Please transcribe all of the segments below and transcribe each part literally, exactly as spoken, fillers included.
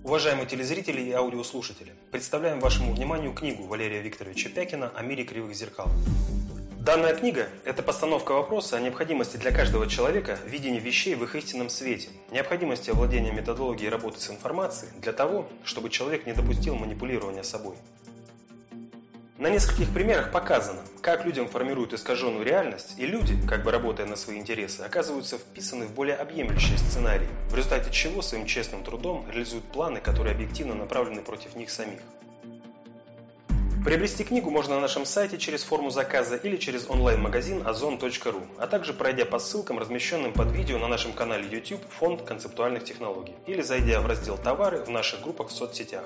Уважаемые телезрители и аудиослушатели, представляем вашему вниманию книгу Валерия Викторовича Пякина «О мире кривых зеркал». Данная книга – это постановка вопроса о необходимости для каждого человека видения вещей в их истинном свете, необходимости овладения методологией работы с информацией для того, чтобы человек не допустил манипулирования собой. На нескольких примерах показано, как людям формируют искаженную реальность, и люди, как бы работая на свои интересы, оказываются вписаны в более объемлющие сценарии, в результате чего своим честным трудом реализуют планы, которые объективно направлены против них самих. Приобрести книгу можно на нашем сайте через форму заказа или через онлайн-магазин озон точка ру, а также пройдя по ссылкам, размещенным под видео на нашем канале YouTube «Фонд концептуальных технологий» или зайдя в раздел «Товары» в наших группах в соцсетях.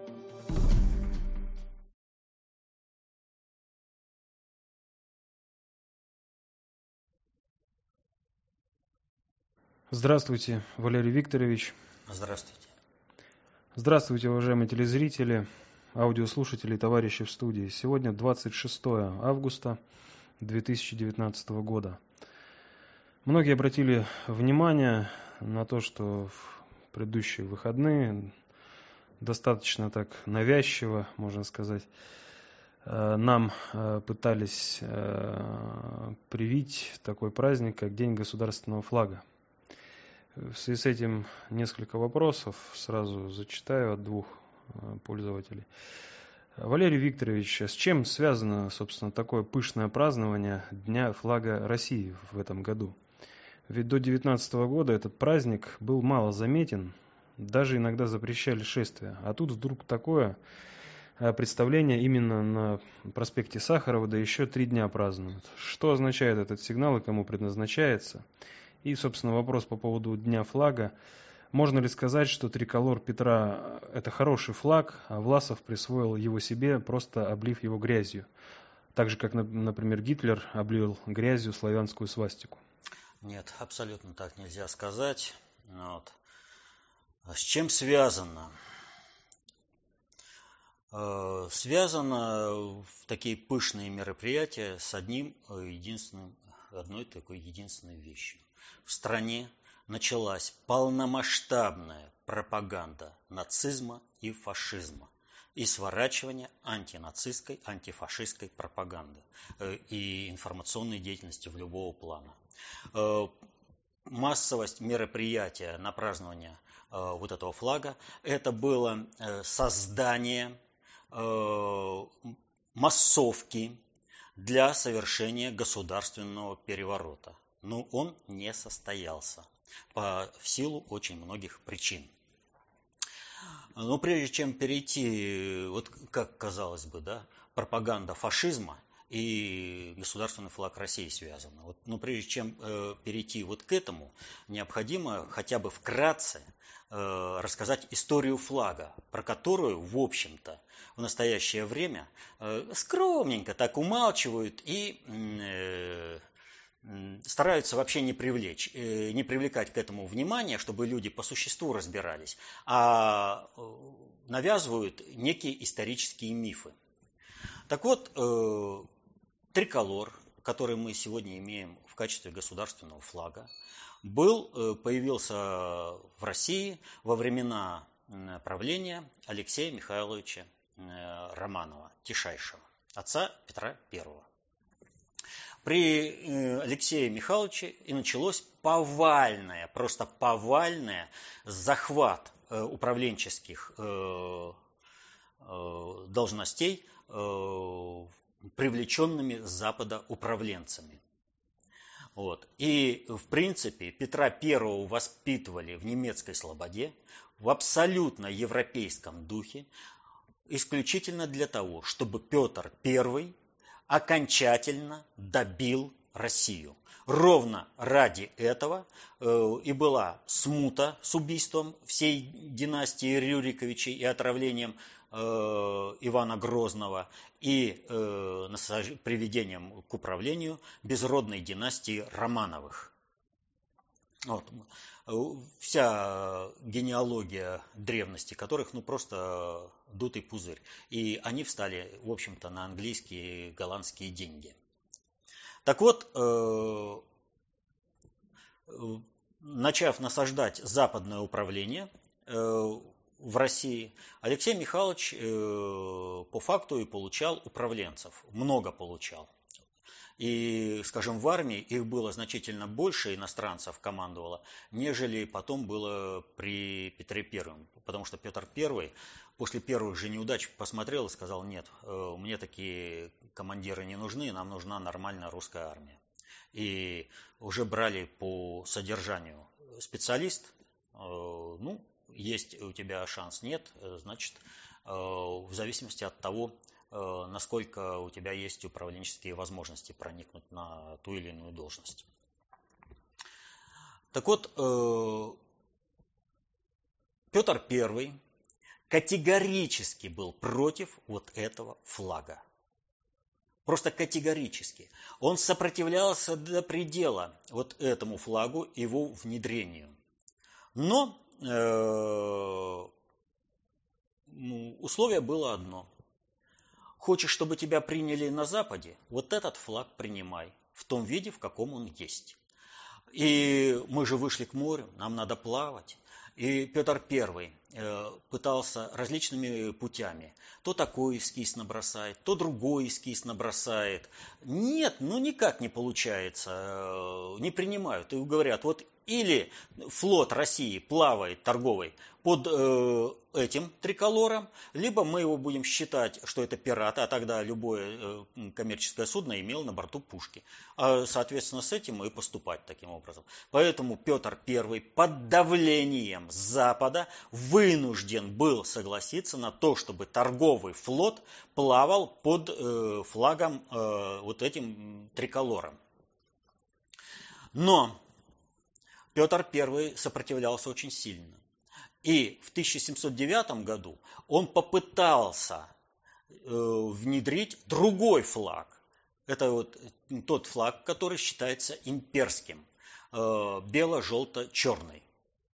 Здравствуйте, Валерий Викторович. Здравствуйте. Здравствуйте, уважаемые телезрители, аудиослушатели и товарищи в студии. Сегодня двадцать шестое августа две тысячи девятнадцатого года. Многие обратили внимание на то, что в предыдущие выходные достаточно так навязчиво, можно сказать, нам пытались привить такой праздник, как День государственного флага. В связи с этим несколько вопросов сразу зачитаю от двух пользователей. Валерий Викторович, с чем связано, собственно, такое пышное празднование Дня флага России в этом году? Ведь до две тысячи девятнадцатого года этот праздник был мало заметен, даже иногда запрещали шествия. А тут вдруг такое представление именно на проспекте Сахарова, да еще три дня празднуют. Что означает этот сигнал и кому предназначается? И, собственно, вопрос по поводу Дня флага. Можно ли сказать, что триколор Петра – это хороший флаг, а Власов присвоил его себе, просто облив его грязью? Так же, как, например, Гитлер облил грязью славянскую свастику. Нет, абсолютно так нельзя сказать. Вот. С чем связано? Связано такие пышные мероприятия с одним единственным, одной такой единственной вещью. В стране началась полномасштабная пропаганда нацизма и фашизма и сворачивание антинацистской, антифашистской пропаганды и информационной деятельности в любого плана. Массовость мероприятия на празднование вот этого флага – это было создание массовки для совершения государственного переворота. Но он не состоялся по в силу очень многих причин. Но прежде чем перейти, вот как казалось бы, да, пропаганда фашизма и государственный флаг России связаны. Вот, но прежде чем э, перейти вот к этому, необходимо хотя бы вкратце э, рассказать историю флага, про которую, в общем-то, в настоящее время э, скромненько так умалчивают и э, стараются вообще не привлечь, не привлекать к этому внимания, чтобы люди по существу разбирались, а навязывают некие исторические мифы. Так вот, триколор, который мы сегодня имеем в качестве государственного флага, был, появился в России во времена правления Алексея Михайловича Романова, Тишайшего, отца Петра Первого. При Алексее Михайловиче и началось повальное, просто повальное захват управленческих должностей привлеченными с Запада управленцами. Вот. И, в принципе, Петра Первого воспитывали в немецкой слободе, в абсолютно европейском духе, исключительно для того, чтобы Петр Первый окончательно добил Россию. Ровно ради этого э, и была смута с убийством всей династии Рюриковичей и отравлением э, Ивана Грозного и э, насаж... приведением к управлению безродной династии Романовых. Вот. Вся генеалогия древности которых, ну, просто дутый пузырь. И они встали, в общем-то, на английские и голландские деньги. Так вот, э, начав насаждать западное управление, э, в России, Алексей Михайлович по факту и получал управленцев, много получал. И, скажем, в армии их было значительно больше, иностранцев командовало, нежели потом было при Петре Первом. Потому что Петр Первый после первых же неудач посмотрел и сказал: нет, мне такие командиры не нужны, нам нужна нормальная русская армия. И уже брали по содержанию специалист, ну, есть у тебя шанс, нет, значит, в зависимости от того, насколько у тебя есть управленческие возможности проникнуть на ту или иную должность. Так вот, Петр Первый категорически был против вот этого флага. Просто категорически. Он сопротивлялся до предела вот этому флагу, его внедрению. Но э, условие было одно. Хочешь, чтобы тебя приняли на Западе? Вот этот флаг принимай в том виде, в каком он есть. И мы же вышли к морю, нам надо плавать. И Петр Первый пытался различными путями. То такой эскиз набросает, то другой эскиз набросает. Нет, ну никак не получается, не принимают. И говорят, вот или флот России плавает торговый под э, этим триколором, либо мы его будем считать, что это пираты, а тогда любое э, коммерческое судно имело на борту пушки. А, соответственно, с этим и поступать таким образом. Поэтому Петр Первый под давлением Запада вынужден был согласиться на то, чтобы торговый флот плавал под э, флагом э, вот этим триколором. Но Петр Первый сопротивлялся очень сильно. И в тысяча семьсот девятом году он попытался э, внедрить другой флаг. Это вот тот флаг, который считается имперским, э, бело-желто-черный.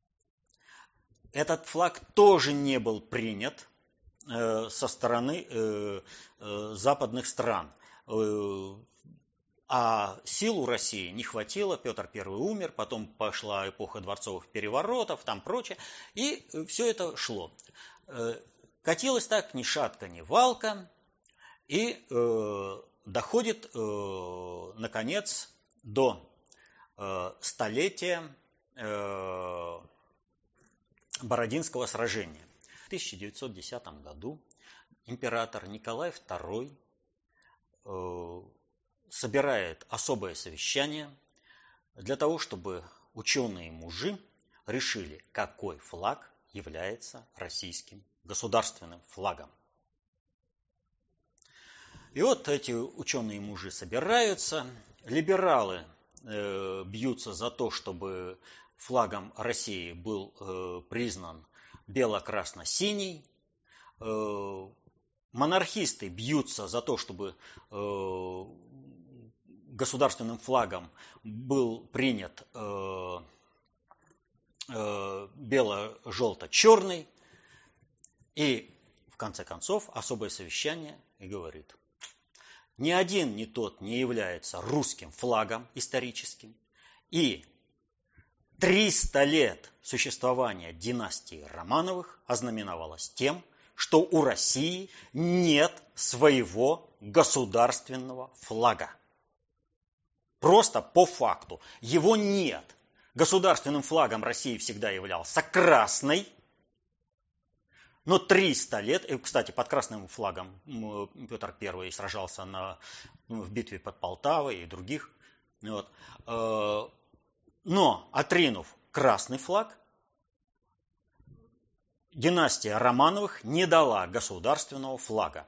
Этот флаг тоже не был принят э, со стороны э, э, западных стран. Э, А сил у России не хватило, Петр Первый умер, потом пошла эпоха дворцовых переворотов, там прочее, и все это шло. Катилось так ни шатка, ни валка, и э, доходит, э, наконец, до э, столетия э, Бородинского сражения. В тысяча девятьсот десятом году император Николай Второй э, собирает особое совещание для того, чтобы ученые-мужи решили, какой флаг является российским государственным флагом. И вот эти ученые-мужи собираются, либералы э, бьются за то, чтобы флагом России был э, признан бело-красно-синий, э, монархисты бьются за то, чтобы э, государственным флагом был принят э, э, бело-желто-черный. И в конце концов особое совещание и говорит: ни один, ни тот не является русским флагом историческим. И триста лет существования династии Романовых ознаменовалось тем, что у России нет своего государственного флага. Просто по факту. Его нет. Государственным флагом России всегда являлся красный. Но триста лет, и, кстати, под красным флагом Петр Первый сражался на, в битве под Полтавой и других. Вот. Но, отринув красный флаг, династия Романовых не дала государственного флага.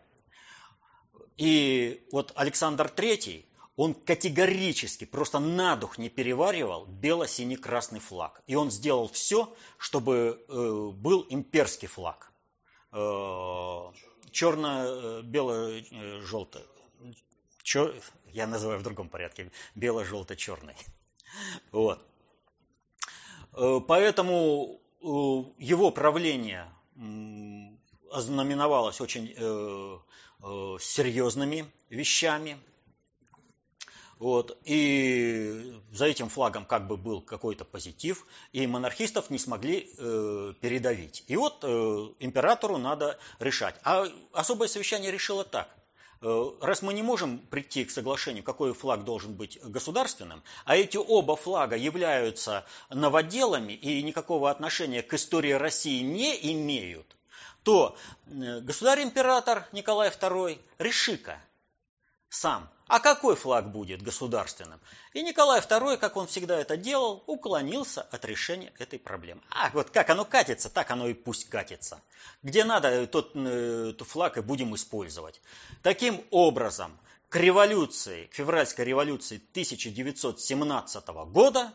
И вот Александр Третий, он категорически, просто на дух не переваривал бело-синий-красный флаг. И он сделал все, чтобы э, был имперский флаг. Э, черно-бело-желто. Чер... Я называю в другом порядке. Бело-желто-черный. Вот. Э, поэтому э, его правление э, ознаменовалось очень э, э, серьезными вещами. Вот, и за этим флагом как бы был какой-то позитив, и монархистов не смогли э, передавить. И вот э, императору надо решать. А особое совещание решило так. Раз мы не можем прийти к соглашению, какой флаг должен быть государственным, а эти оба флага являются новоделами и никакого отношения к истории России не имеют, то государь-император Николай второй, реши-ка сам, а какой флаг будет государственным? И Николай второй, как он всегда это делал, уклонился от решения этой проблемы. А вот как оно катится, так оно и пусть катится. Где надо, тот, тот флаг и будем использовать. Таким образом, к революции, к февральской революции тысяча девятьсот семнадцатого года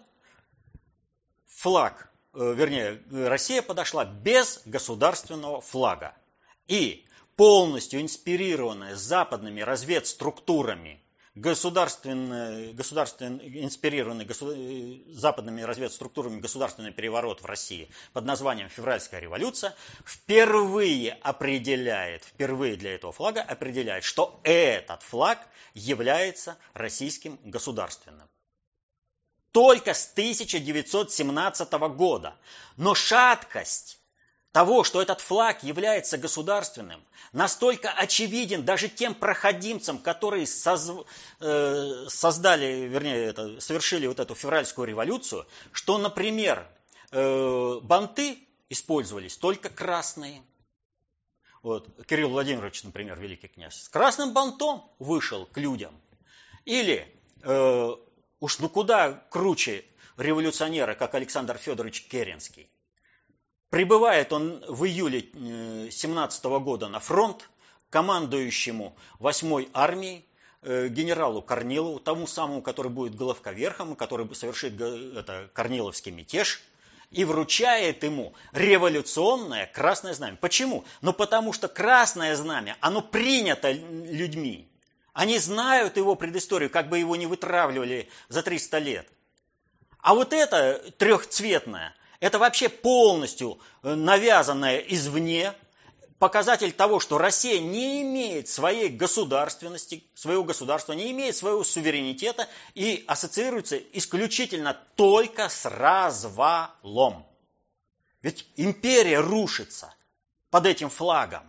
флаг, вернее, Россия подошла без государственного флага. И полностью инспирированная западными разведструктурами, государственно, государственно, инспирированный государ, западными разведструктурами государственный переворот в России под названием «Февральская революция» впервые определяет, впервые для этого флага определяет, что этот флаг является российским государственным. Только с тысяча девятьсот семнадцатого года. Но шаткость того, что этот флаг является государственным, настолько очевиден даже тем проходимцам, которые соз... э, создали, вернее, это, совершили вот эту февральскую революцию, что, например, э, банты использовались только красные. Вот, Кирилл Владимирович, например, великий князь, с красным бантом вышел к людям. Или, э, уж ну куда круче революционера, как Александр Федорович Керенский. Прибывает он в июле семнадцатого года на фронт командующему восьмой армией генералу Корнилову, тому самому, который будет главковерхом, который совершит это, Корниловский мятеж, и вручает ему революционное красное знамя. Почему? Ну потому что красное знамя, оно принято людьми. Они знают его предысторию, как бы его не вытравливали за триста лет. А вот это трехцветное, это вообще полностью навязанное извне, показатель того, что Россия не имеет своей государственности, своего государства, не имеет своего суверенитета и ассоциируется исключительно только с развалом. Ведь империя рушится под этим флагом.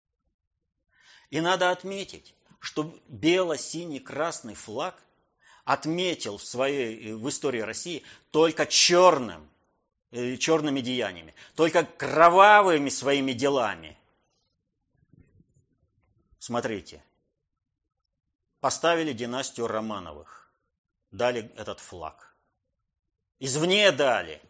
И надо отметить, что бело-синий-красный флаг отметил в своей в истории России только черным, черными деяниями, только кровавыми своими делами. Смотрите, поставили династию Романовых, дали этот флаг. Извне дали.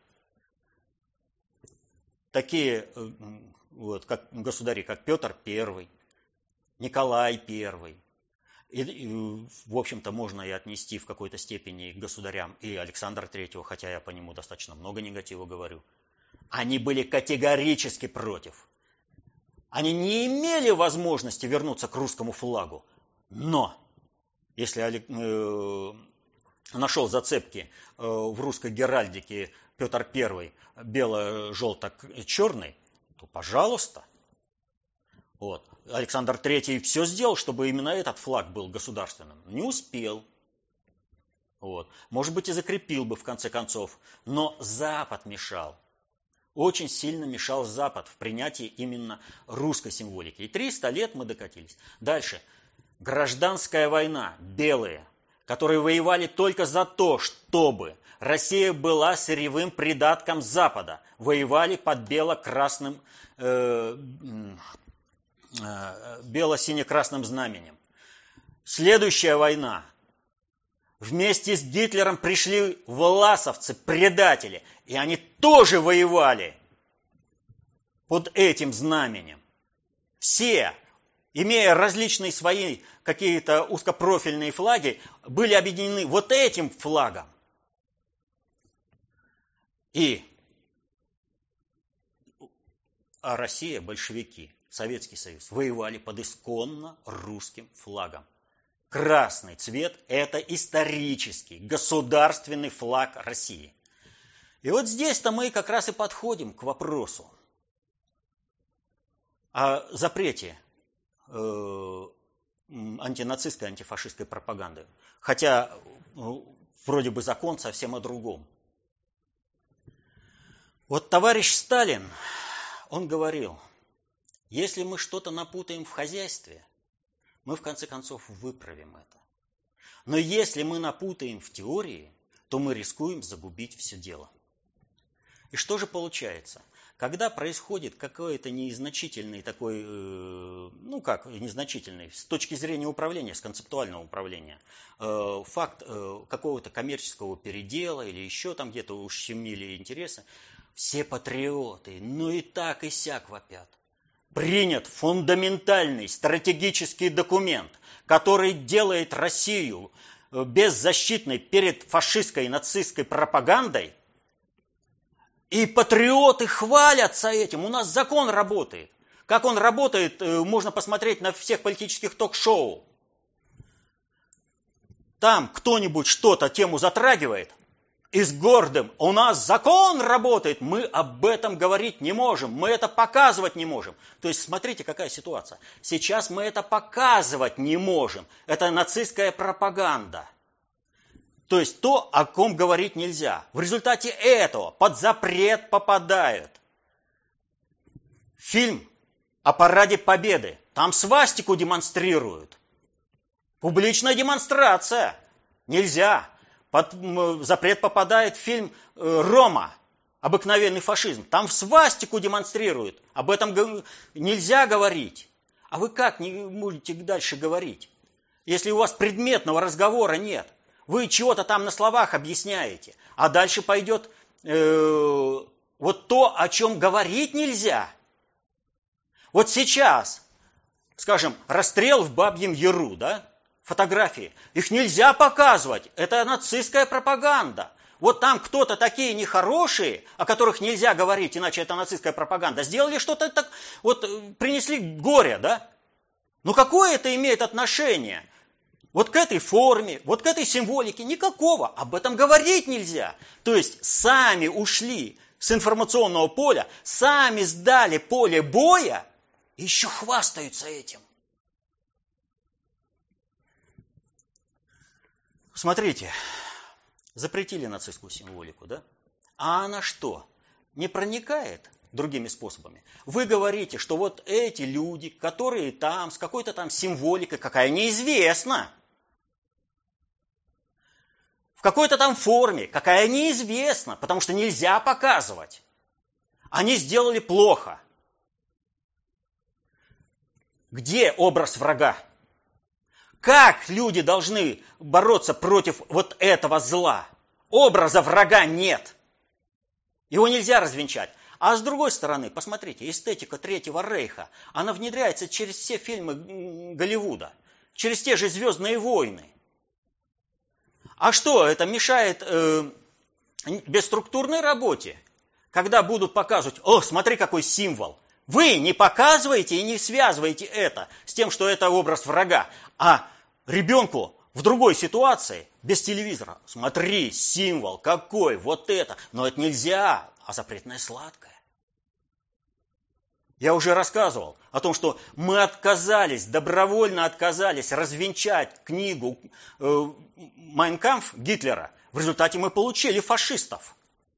Такие вот, как государи, как Петр Первый, Николай Первый. И, и, в общем-то, можно и отнести в какой-то степени к государям и Александра Третьего, хотя я по нему достаточно много негатива говорю. Они были категорически против. Они не имели возможности вернуться к русскому флагу. Но, если э, нашел зацепки э, в русской геральдике Петр Первый бело-желто-черный, то пожалуйста. Вот. Александр Третий все сделал, чтобы именно этот флаг был государственным. Не успел. Вот. Может быть, и закрепил бы в конце концов. Но Запад мешал. Очень сильно мешал Запад в принятии именно русской символики. И триста лет мы докатились. Дальше. Гражданская война. Белые, которые воевали только за то, чтобы Россия была сырьевым придатком Запада. Воевали под бело-красным... Э, бело-сине-красным знаменем. Следующая война. Вместе с Гитлером пришли власовцы, предатели, и они тоже воевали под этим знаменем. Все, имея различные свои какие-то узкопрофильные флаги, были объединены вот этим флагом. И а Россия, большевики, Советский Союз воевали под исконно русским флагом. Красный цвет – это исторический, государственный флаг России. И вот здесь-то мы как раз и подходим к вопросу о запрете э, антинацистской, антифашистской пропаганды. Хотя вроде бы закон совсем о другом. Вот товарищ Сталин, он говорил, если мы что-то напутаем в хозяйстве, мы в конце концов выправим это. Но если мы напутаем в теории, то мы рискуем загубить все дело. И что же получается? Когда происходит какой-то незначительный такой, ну как незначительный, с точки зрения управления, с концептуального управления, факт какого-то коммерческого передела или еще там где-то ущемили интересы, все патриоты, ну и так и сяк вопят. Принят фундаментальный стратегический документ, который делает Россию беззащитной перед фашистской и нацистской пропагандой, и патриоты хвалятся этим. У нас закон работает. Как он работает, можно посмотреть на всех политических ток-шоу. Там кто-нибудь что-то тему затрагивает, и с гордым «у нас закон работает», мы об этом говорить не можем, мы это показывать не можем. То есть смотрите, какая ситуация. Сейчас мы это показывать не можем. Это нацистская пропаганда. То есть то, о ком говорить нельзя. В результате этого под запрет попадают фильм о параде Победы. Там свастику демонстрируют. Публичная демонстрация. Нельзя. Под запрет попадает фильм «Рома», обыкновенный фашизм. Там свастику демонстрируют. Об этом нельзя говорить. А вы как не будете дальше говорить, если у вас предметного разговора нет? Вы чего-то там на словах объясняете. А дальше пойдет э, вот то, о чем говорить нельзя. Вот сейчас, скажем, расстрел в Бабьем Яру, да? Фотографии. Их нельзя показывать. Это нацистская пропаганда. Вот там кто-то такие нехорошие, о которых нельзя говорить, иначе это нацистская пропаганда, сделали что-то так, вот принесли горе, да? Но какое это имеет отношение? Вот к этой форме, вот к этой символике? Никакого. Об этом говорить нельзя. То есть сами ушли с информационного поля, сами сдали поле боя и еще хвастаются этим. Смотрите, запретили нацистскую символику, да? А она что? Не проникает другими способами? Вы говорите, что вот эти люди, которые там, с какой-то там символикой, какая неизвестна, в какой-то там форме, какая неизвестна, потому что нельзя показывать, они сделали плохо. Где образ врага? Как люди должны бороться против вот этого зла? Образа врага нет. Его нельзя развенчать. А с другой стороны, посмотрите, эстетика Третьего Рейха, она внедряется через все фильмы Голливуда, через те же «Звездные войны». А что, это мешает э, бесструктурной работе? Когда будут показывать, о, смотри, какой символ. Вы не показываете и не связываете это с тем, что это образ врага. А ребенку в другой ситуации, без телевизора, смотри, символ какой, вот это. Но это нельзя, а запретное сладкое. Я уже рассказывал о том, что мы отказались, добровольно отказались развенчать книгу э, «Майн кампф» Гитлера. В результате мы получили фашистов.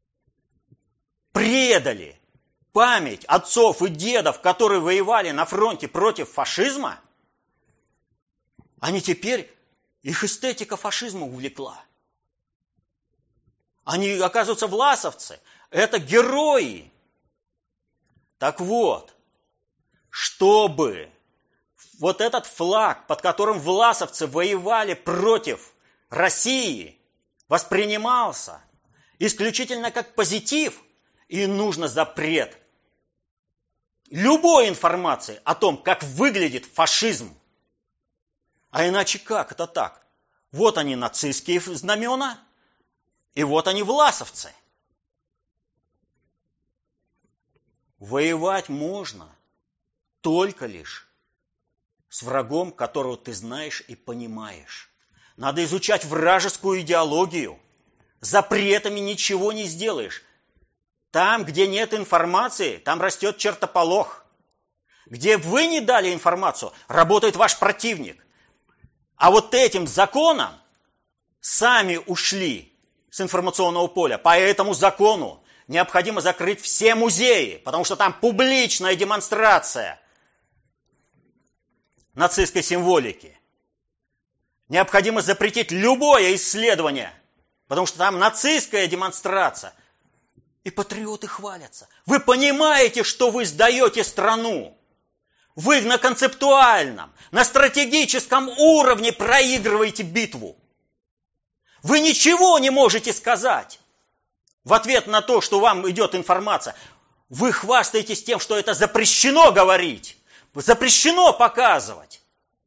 Предали память отцов и дедов, которые воевали на фронте против фашизма, они теперь, их эстетика фашизма увлекла. Они, оказываются, власовцы. Это герои. Так вот, чтобы вот этот флаг, под которым власовцы воевали против России, воспринимался исключительно как позитив, и нужно запрет любой информации о том, как выглядит фашизм. А иначе как это так? Вот они, нацистские знамена, и вот они, власовцы. Воевать можно только лишь с врагом, которого ты знаешь и понимаешь. Надо изучать вражескую идеологию. Запретами ничего не сделаешь. Там, где нет информации, там растет чертополох. Где вы не дали информацию, работает ваш противник. А вот этим законом сами ушли с информационного поля. По этому закону необходимо закрыть все музеи, потому что там публичная демонстрация нацистской символики. Необходимо запретить любое исследование, потому что там нацистская демонстрация. И патриоты хвалятся. Вы понимаете, что вы сдаете страну? Вы на концептуальном, на стратегическом уровне проигрываете битву. Вы ничего не можете сказать в ответ на то, что вам идет информация. Вы хвастаетесь тем, что это запрещено говорить, запрещено показывать.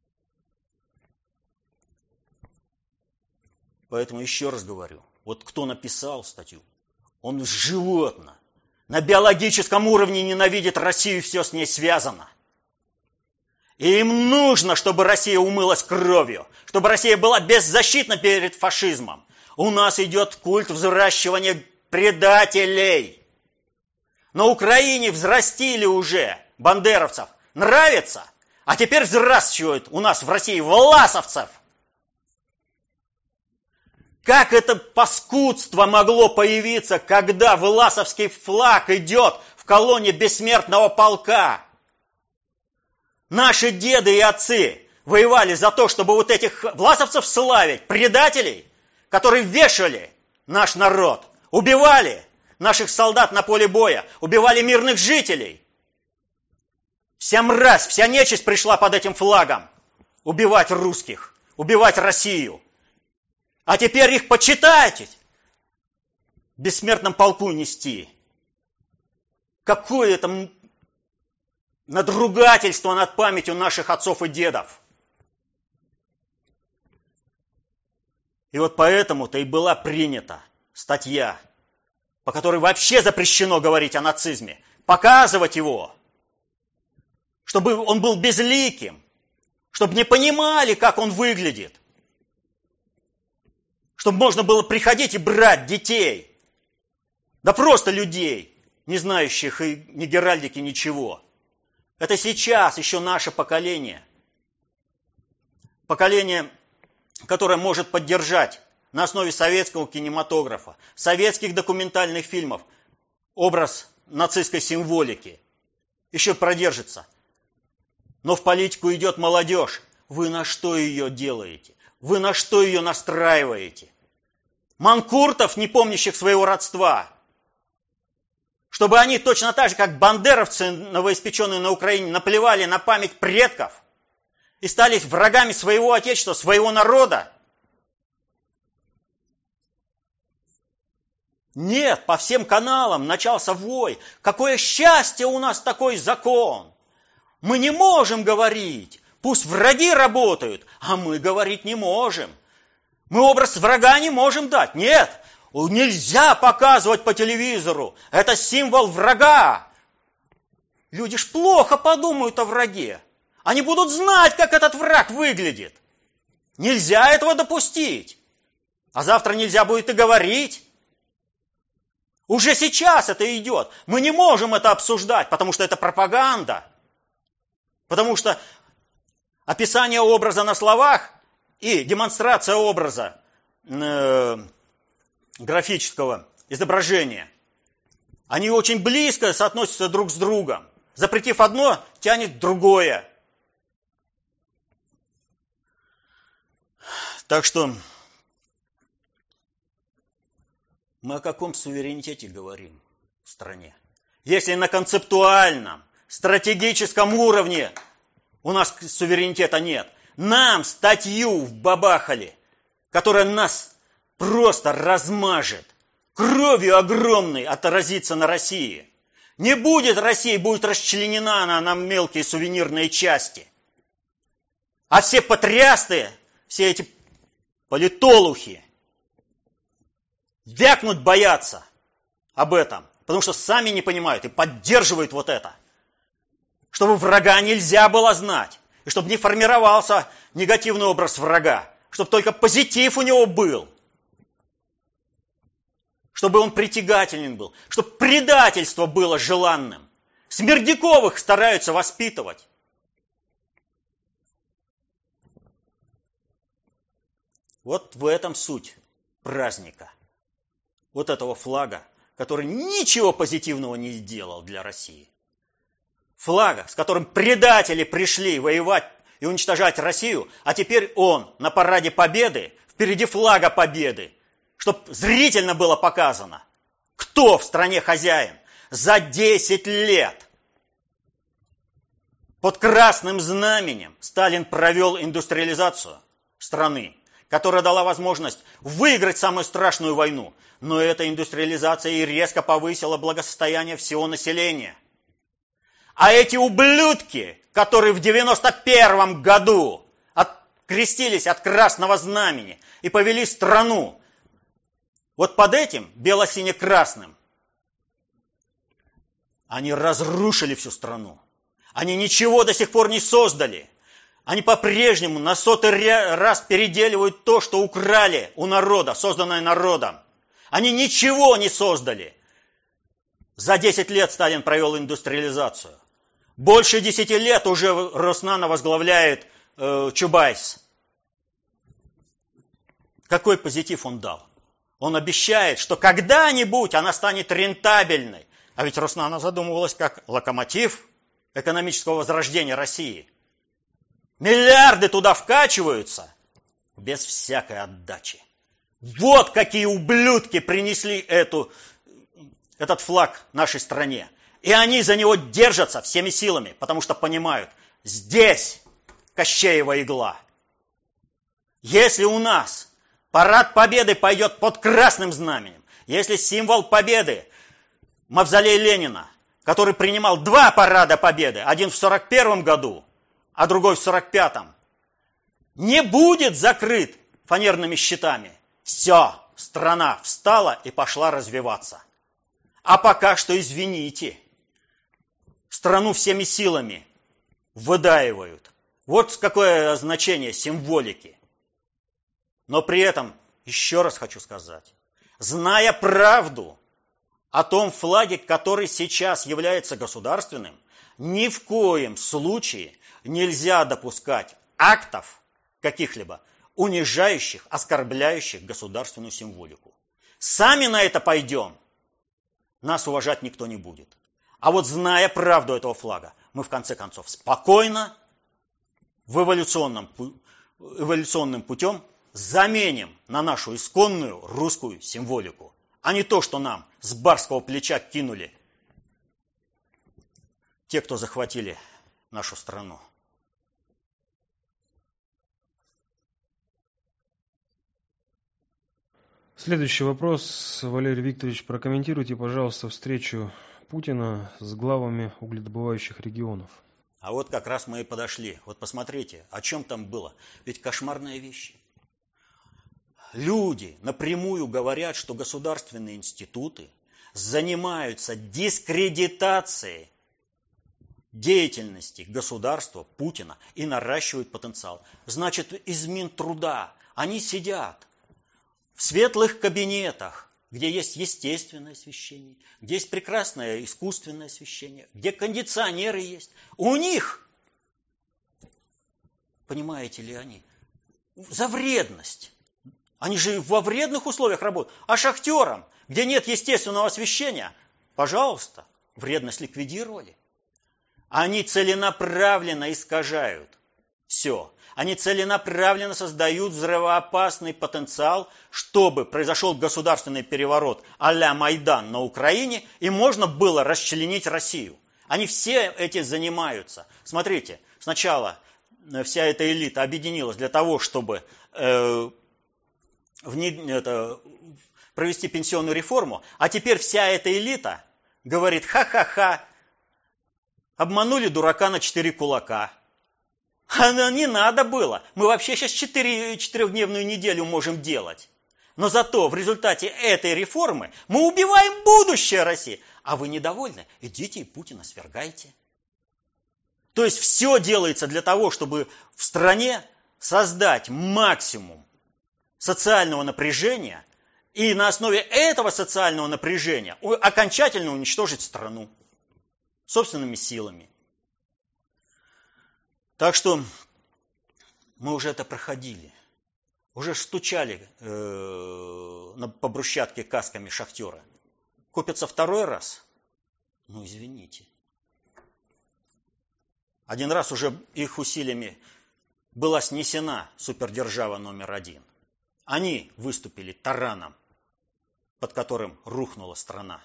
Поэтому еще раз говорю, вот кто написал статью, он животно, на биологическом уровне ненавидит Россию, и все с ней связано. И им нужно, чтобы Россия умылась кровью, чтобы Россия была беззащитна перед фашизмом. У нас идет культ взращивания предателей. На Украине взрастили уже бандеровцев. Нравится? А теперь взращивают у нас в России власовцев. Как это паскудство могло появиться, когда власовский флаг идет в колонне бессмертного полка? Наши деды и отцы воевали за то, чтобы вот этих власовцев славить, предателей, которые вешали наш народ, убивали наших солдат на поле боя, убивали мирных жителей. Вся мразь, вся нечисть пришла под этим флагом убивать русских, убивать Россию. А теперь их почитайте, в бессмертном полку нести. Какое это надругательство над памятью наших отцов и дедов. И вот поэтому-то и была принята статья, по которой вообще запрещено говорить о нацизме, показывать его, чтобы он был безликим, чтобы не понимали, как он выглядит, чтобы можно было приходить и брать детей, да просто людей, не знающих и ни геральдики, ничего. Это сейчас еще наше поколение, поколение, которое может поддержать на основе советского кинематографа, советских документальных фильмов образ нацистской символики. Еще продержится. Но в политику идет молодежь. Вы на что ее делаете? Вы на что ее настраиваете? Манкуртов, не помнящих своего родства. Чтобы они точно так же, как бандеровцы, новоиспеченные на Украине, наплевали на память предков и стали врагами своего отечества, своего народа. Нет, по всем каналам начался вой. Какое счастье, у нас такой закон. Мы не можем говорить. Пусть враги работают, а мы говорить не можем. Мы образ врага не можем дать. Нет, нельзя показывать по телевизору. Это символ врага. Люди ж плохо подумают о враге. Они будут знать, как этот враг выглядит. Нельзя этого допустить. А завтра нельзя будет и говорить. Уже сейчас это идет. Мы не можем это обсуждать, потому что это пропаганда. Потому что описание образа на словах и демонстрация образа э, графического изображения, они очень близко соотносятся друг с другом. Запретив одно, тянет другое. Так что мы о каком суверенитете говорим в стране? Если на концептуальном, стратегическом уровне у нас суверенитета нет, нам статью вбабахали, которая нас просто размажет, кровью огромной отразится на России. Не будет России, будет расчленена она на мелкие сувенирные части. А все потрясты, все эти политолухи, вякнуть боятся об этом, потому что сами не понимают и поддерживают вот это. Чтобы врага нельзя было знать, и чтобы не формировался негативный образ врага, чтобы только позитив у него был, чтобы он притягателен был, чтобы предательство было желанным. Смердяковых стараются воспитывать. Вот в этом суть праздника. Вот этого флага, который ничего позитивного не сделал для России. Флага, с которым предатели пришли воевать и уничтожать Россию, а теперь он на параде Победы, впереди флага Победы, чтобы зрительно было показано, кто в стране хозяин. За десять лет под красным знаменем Сталин провел индустриализацию страны, которая дала возможность выиграть самую страшную войну. Но эта индустриализация и резко повысила благосостояние всего населения. А эти ублюдки, которые в девяносто первом году открестились от красного знамени и повели страну, вот под этим бело-сине-красным, они разрушили всю страну. Они ничего до сих пор не создали. Они по-прежнему на сотый раз переделывают то, что украли у народа, созданное народом. Они ничего не создали. За десять лет Сталин провел индустриализацию. Больше десяти лет уже Роснано возглавляет э, Чубайс. Какой позитив он дал? Он обещает, что когда-нибудь она станет рентабельной. А ведь Роснано задумывалась как локомотив экономического возрождения России. Миллиарды туда вкачиваются без всякой отдачи. Вот какие ублюдки принесли эту, этот флаг нашей стране. И они за него держатся всеми силами, потому что понимают, здесь Кощеева игла. Если у нас парад Победы пойдет под красным знаменем, если символ Победы мавзолей Ленина, который принимал два парада Победы, один в сорок первом году, а другой в сорок пятом, не будет закрыт фанерными щитами, все, страна встала и пошла развиваться. А пока что, извините, страну всеми силами выдаивают. Вот какое значение символики. Но при этом, еще раз хочу сказать, зная правду о том флаге, который сейчас является государственным, ни в коем случае нельзя допускать актов каких-либо, унижающих, оскорбляющих государственную символику. Сами на это пойдем, нас уважать никто не будет. А вот зная правду этого флага, мы в конце концов спокойно, в эволюционном, эволюционным путем заменим на нашу исконную русскую символику, а не то, что нам с барского плеча кинули те, кто захватили нашу страну. Следующий вопрос. Валерий Викторович, прокомментируйте, пожалуйста, встречу Путина с главами угледобывающих регионов. А вот как раз мы и подошли. Вот посмотрите, о чем там было. Ведь кошмарная вещь. Люди напрямую говорят, что государственные институты занимаются дискредитацией деятельности государства Путина и наращивают потенциал. Значит, из Минтруда они сидят в светлых кабинетах, где есть естественное освещение, где есть прекрасное искусственное освещение, где кондиционеры есть. У них, понимаете ли они, за вредность. Они же во вредных условиях работают. А шахтерам, где нет естественного освещения, пожалуйста, вредность ликвидировали. Они целенаправленно искажают все. Они целенаправленно создают взрывоопасный потенциал, чтобы произошел государственный переворот а-ля Майдан на Украине, и можно было расчленить Россию. Они все этим занимаются. Смотрите, сначала вся эта элита объединилась для того, чтобы э, вне, это, провести пенсионную реформу, а теперь вся эта элита говорит: ха-ха-ха, обманули дурака на четыре кулака. А не надо было. Мы вообще сейчас четыре, четырехдневную неделю можем делать. Но зато в результате этой реформы мы убиваем будущее России. А вы недовольны? Идите и Путина свергайте. То есть все делается для того, чтобы в стране создать максимум социального напряжения и на основе этого социального напряжения окончательно уничтожить страну собственными силами. Так что мы уже это проходили. уже стучали э, по брусчатке касками шахтеры. Купятся второй раз? Ну, извините. Один раз уже их усилиями была снесена супердержава номер один. Они выступили тараном, под которым рухнула страна.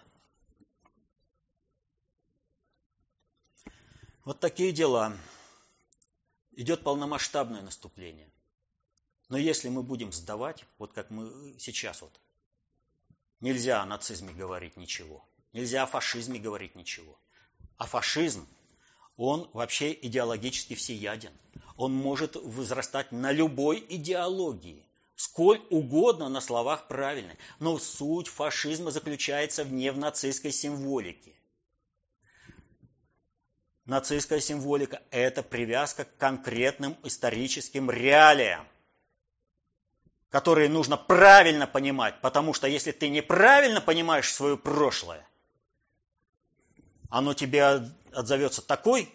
Вот такие дела. Идет полномасштабное наступление. Но если мы будем сдавать, вот как мы сейчас вот, нельзя о нацизме говорить ничего, нельзя о фашизме говорить ничего. А фашизм, он вообще идеологически всеяден. Он может возрастать на любой идеологии, сколь угодно на словах правильно. Но суть фашизма заключается не в нацистской символике. Нацистская символика – это привязка к конкретным историческим реалиям, которые нужно правильно понимать, потому что если ты неправильно понимаешь свое прошлое, оно тебе отзовется такой,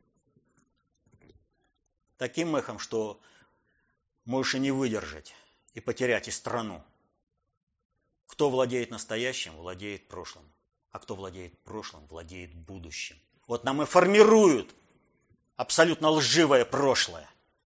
таким эхом, что можешь и не выдержать, и потерять и страну. Кто владеет настоящим, владеет прошлым, а кто владеет прошлым, владеет будущим. Вот нам и формируют абсолютно лживое прошлое.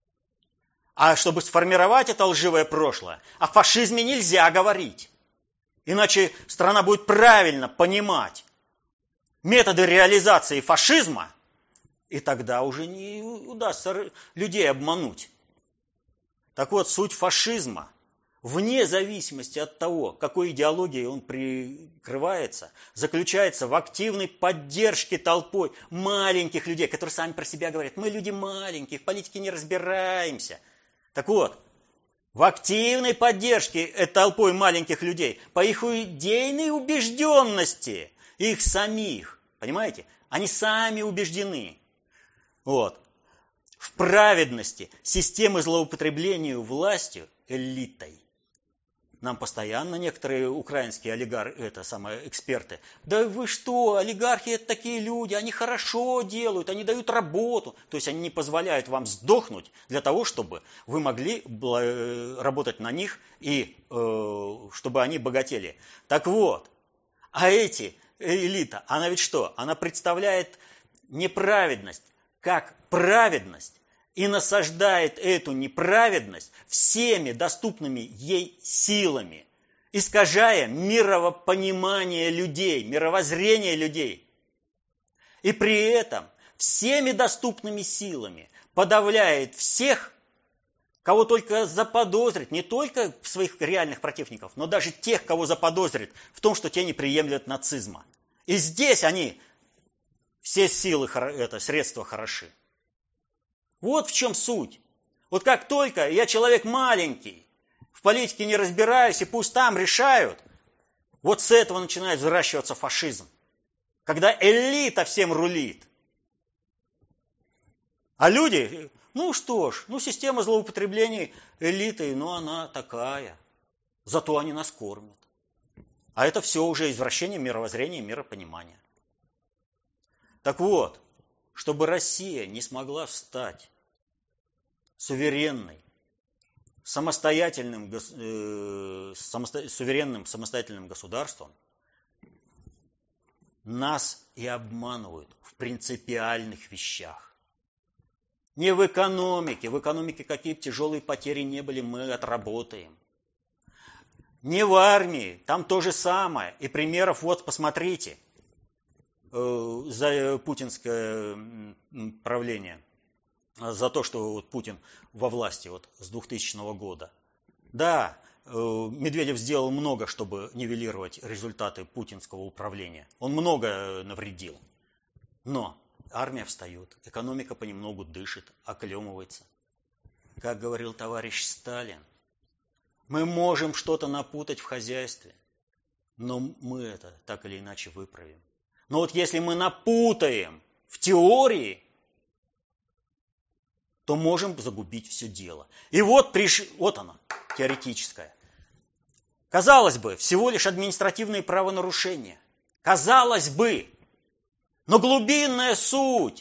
А чтобы сформировать это лживое прошлое, о фашизме нельзя говорить. Иначе страна будет правильно понимать методы реализации фашизма, и тогда уже не удастся людей обмануть. Так вот, суть фашизма, вне зависимости от того, какой идеологией он прикрывается, заключается в активной поддержке толпой маленьких людей, которые сами про себя говорят: мы люди маленькие, в политике не разбираемся. Так вот, в активной поддержке толпой маленьких людей, по их идейной убежденности, их самих, понимаете, они сами убеждены. Вот. В праведности системы злоупотребления властью элитой. Нам постоянно некоторые украинские олигархи, это самые эксперты: да вы что, олигархи это такие люди, они хорошо делают, они дают работу. То есть они не позволяют вам сдохнуть для того, чтобы вы могли работать на них и э, чтобы они богатели. Так вот, а эти, элита, она ведь что? Она представляет неправедность как праведность и насаждает эту неправедность всеми доступными ей силами, искажая мировопонимание людей, мировоззрение людей. И при этом всеми доступными силами подавляет всех, кого только заподозрит, не только своих реальных противников, но даже тех, кого заподозрит в том, что те не приемлют нацизма. И здесь они, все силы, это, средства хороши. Вот в чем суть. Вот как только я человек маленький, в политике не разбираюсь, и пусть там решают, вот с этого начинает взращиваться фашизм. Когда элита всем рулит. А люди, ну что ж, ну система злоупотреблений элитой, ну она такая. Зато они нас кормят. А это все уже извращение мировоззрения и миропонимания. Так вот, чтобы Россия не смогла встать суверенной, самостоятельным, э, самосто, суверенным самостоятельным государством, нас и обманывают в принципиальных вещах. Не в экономике. В экономике какие бы тяжелые потери не были, мы отработаем. Не в армии. Там то же самое. И примеров вот посмотрите. За путинское правление, за то, что вот Путин во власти вот с двухтысячного года. Да, Медведев сделал много, чтобы нивелировать результаты путинского управления. Он много навредил. Но армия встает, экономика понемногу дышит, оклемывается. Как говорил товарищ Сталин, мы можем что-то напутать в хозяйстве, но мы это так или иначе выправим. Но вот если мы напутаем в теории, то можем загубить все дело. И вот, приш... вот она, теоретическая. Казалось бы, всего лишь административные правонарушения. Казалось бы, но глубинная суть.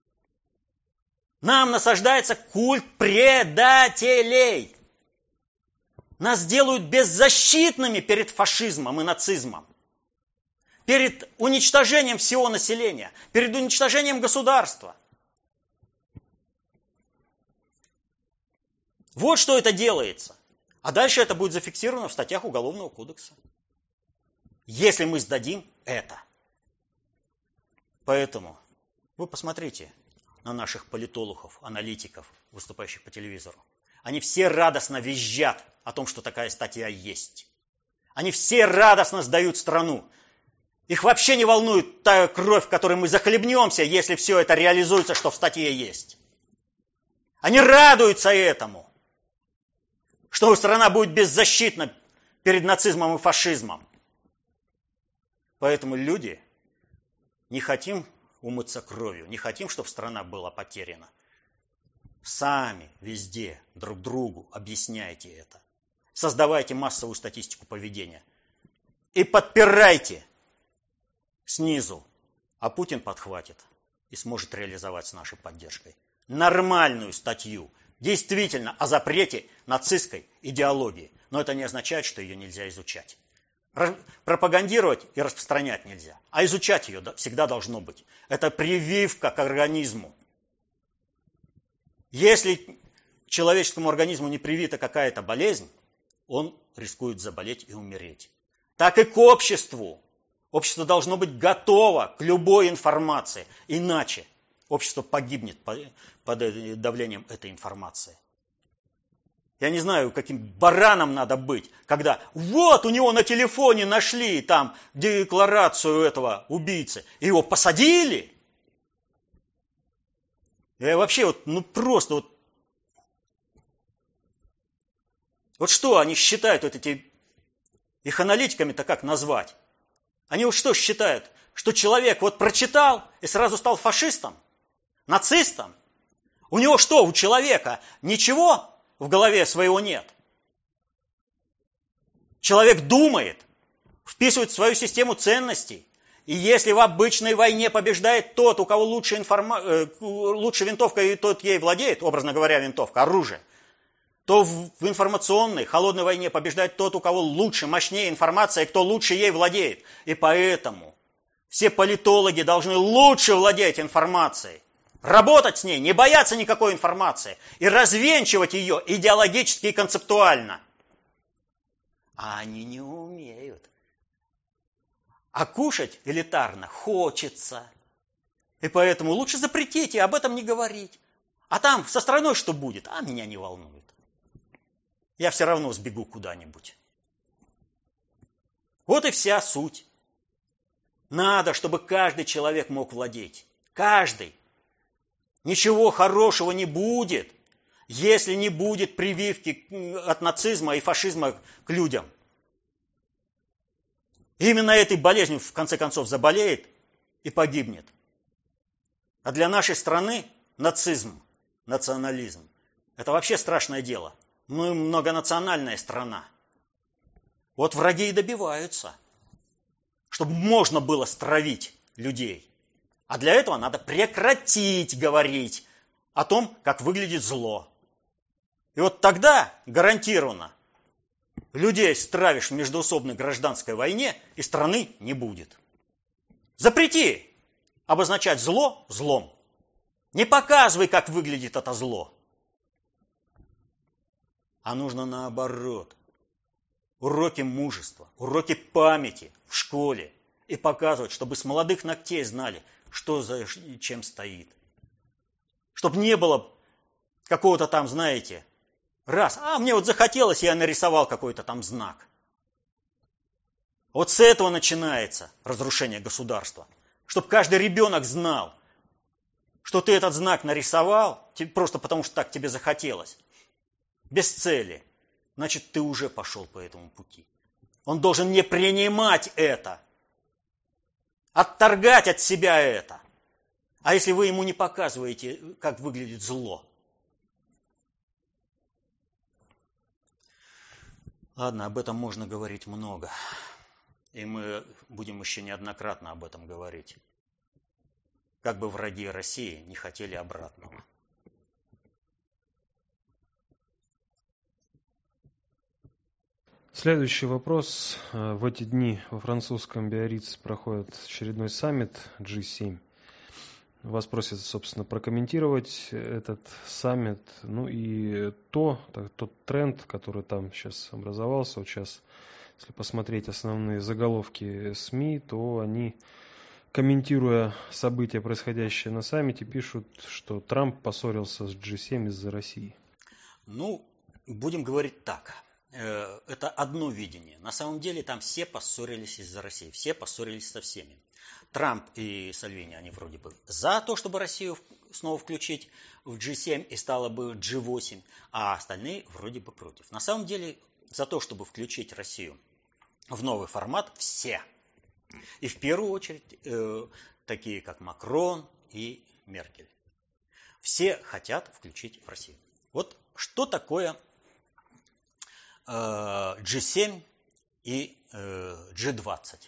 Нам насаждается культ предателей. Нас делают беззащитными перед фашизмом и нацизмом, перед уничтожением всего населения, перед уничтожением государства. Вот что это делается. А дальше это будет зафиксировано в статьях Уголовного кодекса. Если мы сдадим это. Поэтому вы посмотрите на наших политологов, аналитиков, выступающих по телевизору. Они все радостно визжат о том, что такая статья есть. Они все радостно сдают страну. Их вообще не волнует та кровь, в которой мы захлебнемся, если все это реализуется, что в статье есть. Они радуются этому, что страна будет беззащитна перед нацизмом и фашизмом. Поэтому люди не хотим умыться кровью, не хотим, чтобы страна была потеряна. Сами везде друг другу объясняйте это. Создавайте массовую статистику поведения. И подпирайте снизу. А Путин подхватит и сможет реализовать с нашей поддержкой нормальную статью, действительно о запрете нацистской идеологии. Но это не означает, что ее нельзя изучать. Пропагандировать и распространять нельзя. А изучать ее всегда должно быть. Это прививка к организму. Если человеческому организму не привита какая-то болезнь, он рискует заболеть и умереть. Так и к обществу. Общество должно быть готово к любой информации. Иначе общество погибнет под давлением этой информации. Я не знаю, каким бараном надо быть, когда вот у него на телефоне нашли там декларацию этого убийцы, и его посадили. Я вообще вот, ну просто вот, вот что они считают, вот эти, их аналитиками-то как назвать? Они вот что считают, что человек вот прочитал и сразу стал фашистом, нацистом? У него что, у человека ничего в голове своего нет? Человек думает, вписывает в свою систему ценностей. И если в обычной войне побеждает тот, у кого лучше, информа... лучше винтовка, и тот ей владеет, образно говоря, винтовка, оружие, то в информационной, холодной войне побеждает тот, у кого лучше, мощнее информация, и кто лучше ей владеет. И поэтому все политологи должны лучше владеть информацией, работать с ней, не бояться никакой информации и развенчивать ее идеологически и концептуально. А они не умеют. А кушать элитарно хочется. И поэтому лучше запретить и об этом не говорить. А там со страной что будет, а меня не волнует. Я все равно сбегу куда-нибудь. Вот и вся суть. Надо, чтобы каждый человек мог владеть. Каждый. Ничего хорошего не будет, если не будет прививки от нацизма и фашизма к людям. Именно этой болезнью в конце концов заболеет и погибнет. А для нашей страны нацизм, национализм – это вообще страшное дело. Мы многонациональная страна. Вот враги и добиваются, чтобы можно было стравить людей. А для этого надо прекратить говорить о том, как выглядит зло. И вот тогда гарантированно людей стравишь в междоусобной гражданской войне, и страны не будет. Запрети обозначать зло злом. Не показывай, как выглядит это зло. А нужно наоборот. Уроки мужества, уроки памяти в школе. И показывать, чтобы с молодых ногтей знали, что за чем стоит. Чтобы не было какого-то там, знаете, раз, а мне вот захотелось, я нарисовал какой-то там знак. Вот с этого начинается разрушение государства. Чтобы каждый ребенок знал, что ты этот знак нарисовал, просто потому что так тебе захотелось, без цели. Значит, ты уже пошел по этому пути. Он должен не принимать это, отторгать от себя это. А если вы ему не показываете, как выглядит зло? Ладно, об этом можно говорить много. И мы будем еще неоднократно об этом говорить. Как бы враги России не хотели обратного. Следующий вопрос. В эти дни во французском Биаррице проходит очередной саммит джи семь. Вас просят, собственно, прокомментировать этот саммит, ну и то, тот тренд, который там сейчас образовался. Вот сейчас, если посмотреть основные заголовки СМИ, то они, комментируя события, происходящие на саммите, пишут, что Трамп поссорился с джи семь из-за России. Ну, будем говорить так. Это одно видение. На самом деле там все поссорились из-за России. Все поссорились со всеми. Трамп и Сальвини, они вроде бы за то, чтобы Россию снова включить в джи семь и стало бы джи восемь, а остальные вроде бы против. На самом деле за то, чтобы включить Россию в новый формат, все. И в первую очередь э, такие, как Макрон и Меркель. Все хотят включить в Россию. Вот что такое э, джи семь и э, джи двадцать?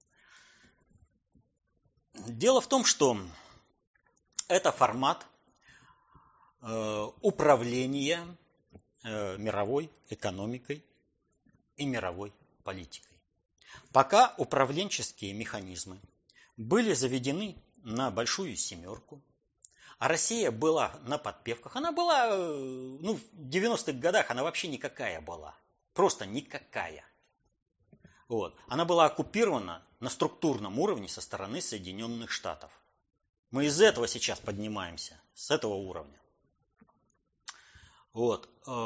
Дело в том, что это формат э, управления э, мировой экономикой и мировой политикой. Пока управленческие механизмы были заведены на большую семерку, а Россия была на подпевках, она была, ну, в девяностых годах она вообще никакая была, просто никакая. Вот. Она была оккупирована на структурном уровне со стороны Соединенных Штатов. Мы из этого сейчас поднимаемся, с этого уровня. Вот.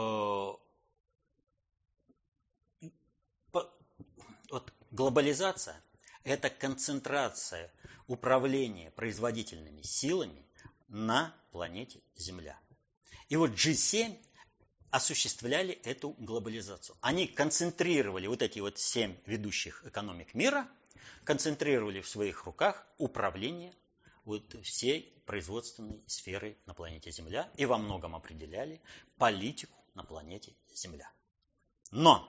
Вот. Глобализация – это концентрация управления производительными силами на планете Земля. И вот джи семь осуществляли эту глобализацию. Они концентрировали вот эти вот семь ведущих экономик мира, концентрировали в своих руках управление вот всей производственной сферой на планете Земля и во многом определяли политику на планете Земля. Но,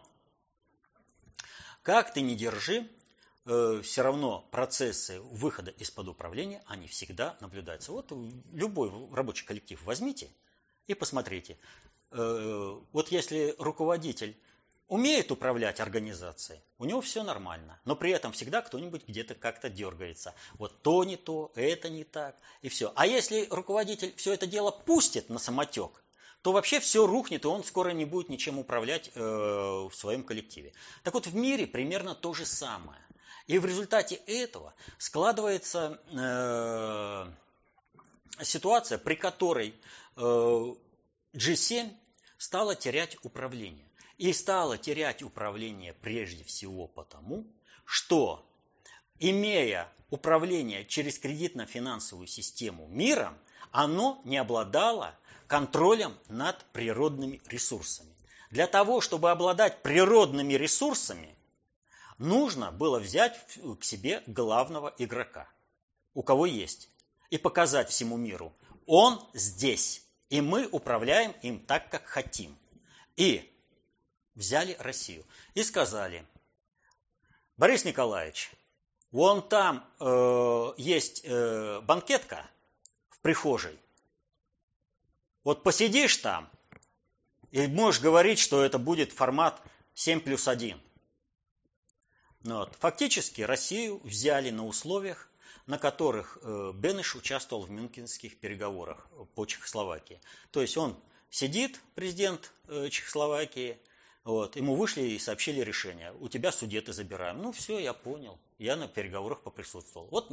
как ты ни держи, э, все равно процессы выхода из-под управления, они всегда наблюдаются. Вот любой рабочий коллектив возьмите и посмотрите. Вот если руководитель умеет управлять организацией, у него все нормально, но при этом всегда кто-нибудь где-то как-то дергается. Вот то не то, это не так, и все. А если руководитель все это дело пустит на самотек, то вообще все рухнет, и он скоро не будет ничем управлять э, в своем коллективе. Так вот, в мире примерно то же самое. И в результате этого складывается э, ситуация, при которой э, джи семь стала терять управление. И стала терять управление прежде всего потому, что, имея управление через кредитно-финансовую систему миром, оно не обладало контролем над природными ресурсами. Для того, чтобы обладать природными ресурсами, нужно было взять к себе главного игрока, у кого есть, и показать всему миру: он здесь. И мы управляем им так, как хотим. И взяли Россию. И сказали: Борис Николаевич, вон там э, есть э, банкетка в прихожей. Вот посидишь там и можешь говорить, что это будет формат семь плюс один. Вот. Фактически Россию взяли на условиях, на которых Бенеш участвовал в мюнхенских переговорах по Чехословакии. То есть он сидит, президент Чехословакии, вот, ему вышли и сообщили решение: у тебя Судеты забираем. Ну все, я понял, я на переговорах поприсутствовал. Вот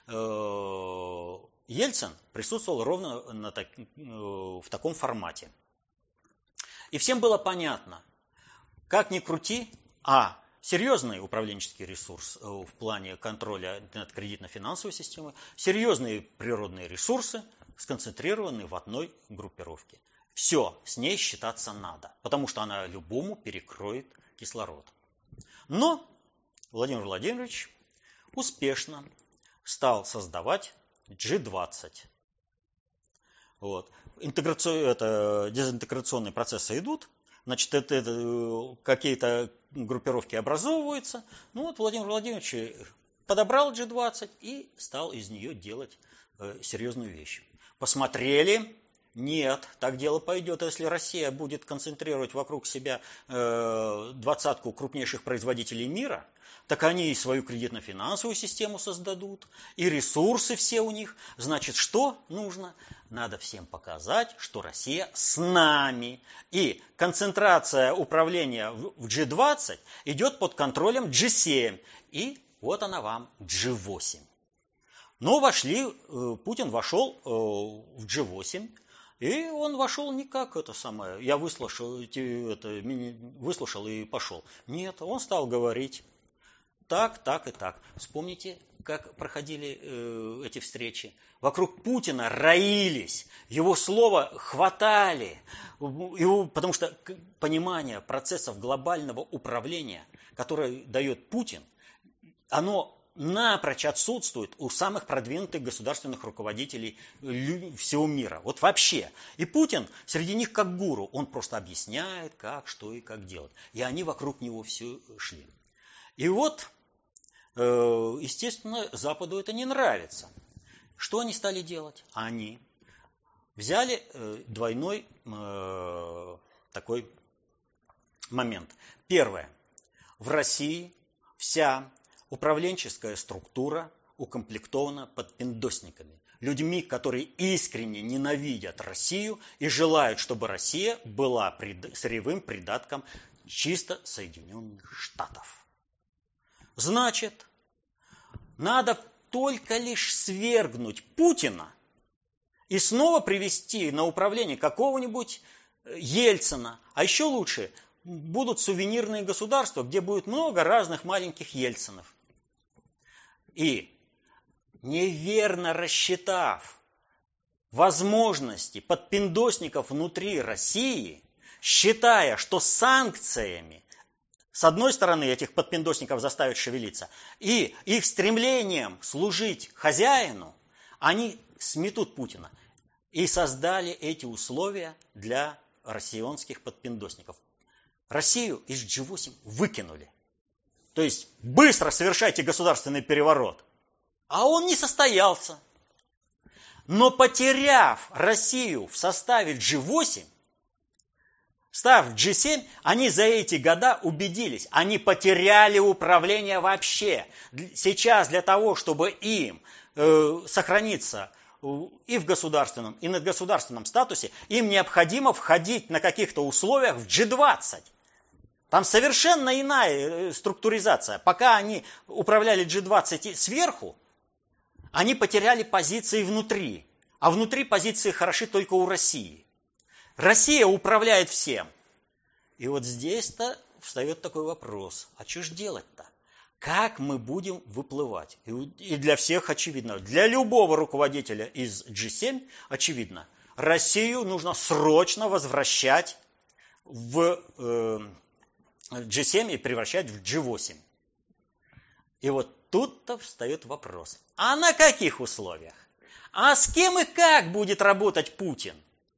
э, Ельцин присутствовал ровно на так, э, в таком формате. И всем было понятно, как ни крути, а серьезный управленческий ресурс в плане контроля над кредитно-финансовой системой, серьезные природные ресурсы сконцентрированы в одной группировке. Все, с ней считаться надо, потому что она любому перекроет кислород. Но Владимир Владимирович успешно стал создавать джи двадцать. Вот. Интеграцион, это, дезинтеграционные процессы идут, значит, это, это, какие-то группировки образовываются. Ну вот Владимир Владимирович подобрал джи двадцать и стал из нее делать э, серьезную вещь. Посмотрели, Нет, так дело пойдет, если Россия будет концентрировать вокруг себя э, двадцатку крупнейших производителей мира, так они и свою кредитно-финансовую систему создадут, и ресурсы все у них. Значит, что нужно? Надо всем показать, что Россия с нами. И концентрация управления в джи двадцать идет под контролем джи семь. И вот она вам, джи восемь. Но вошли, Путин вошел в джи восемь. И он вошел не как это самое, я выслушал, это, выслушал и пошел. Нет, он стал говорить так, так и так. Вспомните, как проходили э, эти встречи. Вокруг Путина роились, его слово хватали, его, потому что понимание процессов глобального управления, которое дает Путин, оно напрочь отсутствует у самых продвинутых государственных руководителей всего мира. Вот вообще. И Путин среди них как гуру. Он просто объясняет, как, что и как делать. И они вокруг него все шли. И вот, естественно, Западу это не нравится. Что они стали делать? Они взяли двойной такой момент. Первое. В России вся управленческая структура укомплектована подпиндосниками. Людьми, которые искренне ненавидят Россию и желают, чтобы Россия была прид... сырьевым придатком чисто Соединенных Штатов. Значит, надо только лишь свергнуть Путина и снова привести на управление какого-нибудь Ельцина. А еще лучше, будут сувенирные государства, где будет много разных маленьких Ельцинов. И неверно рассчитав возможности подпиндосников внутри России, считая, что санкциями, с одной стороны, этих подпиндосников заставят шевелиться, и их стремлением служить хозяину, они сметут Путина. И создали эти условия для россионских подпиндосников. Россию из джи восемь выкинули. То есть быстро совершайте государственный переворот. А он не состоялся. Но потеряв Россию в составе джи восемь, став джи семь, они за эти года убедились, они потеряли управление вообще. Сейчас для того, чтобы им э, сохраниться и в государственном, и надгосударственном статусе, им необходимо входить на каких-то условиях в джи двадцать. Там совершенно иная структуризация. Пока они управляли джи двадцать сверху, они потеряли позиции внутри. А внутри позиции хороши только у России. Россия управляет всем. И вот здесь-то встает такой вопрос. А что ж делать-то? Как мы будем выплывать? И для всех очевидно. Для любого руководителя из джи семь очевидно. Россию нужно срочно возвращать в э, джи семь и превращать в джи восемь. И вот тут-то встает вопрос. А на каких условиях? А с кем и как будет работать Путин?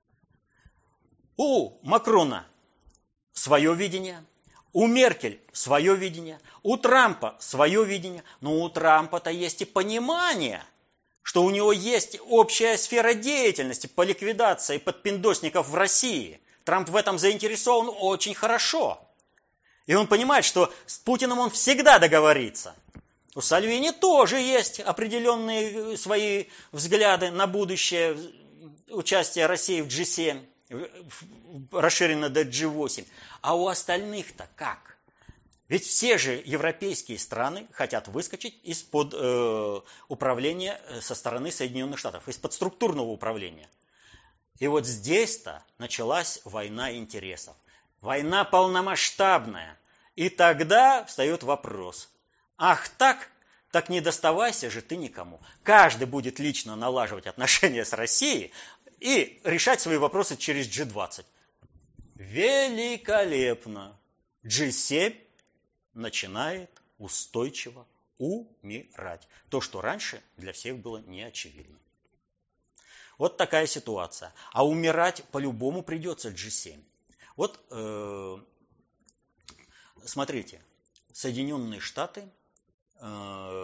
У Макрона свое видение, у Меркель свое видение, у Трампа свое видение. Но у Трампа-то есть и понимание, что у него есть общая сфера деятельности по ликвидации подпиндосников в России. Трамп в этом заинтересован очень хорошо. И он понимает, что с Путиным он всегда договорится. У Сальвини тоже есть определенные свои взгляды на будущее участие России в джи семь, расширено до джи восемь. А у остальных-то как? Ведь все же европейские страны хотят выскочить из-под э, управления со стороны Соединенных Штатов, из-под структурного управления. И вот здесь-то началась война интересов. Война полномасштабная. И тогда встает вопрос. Ах так? Так не доставайся же ты никому. Каждый будет лично налаживать отношения с Россией и решать свои вопросы через джи двадцать. Великолепно. джи семь начинает устойчиво умирать. То, что раньше для всех было неочевидно. Вот такая ситуация. А умирать по-любому придется джи семь. Вот, э, смотрите, Соединенные Штаты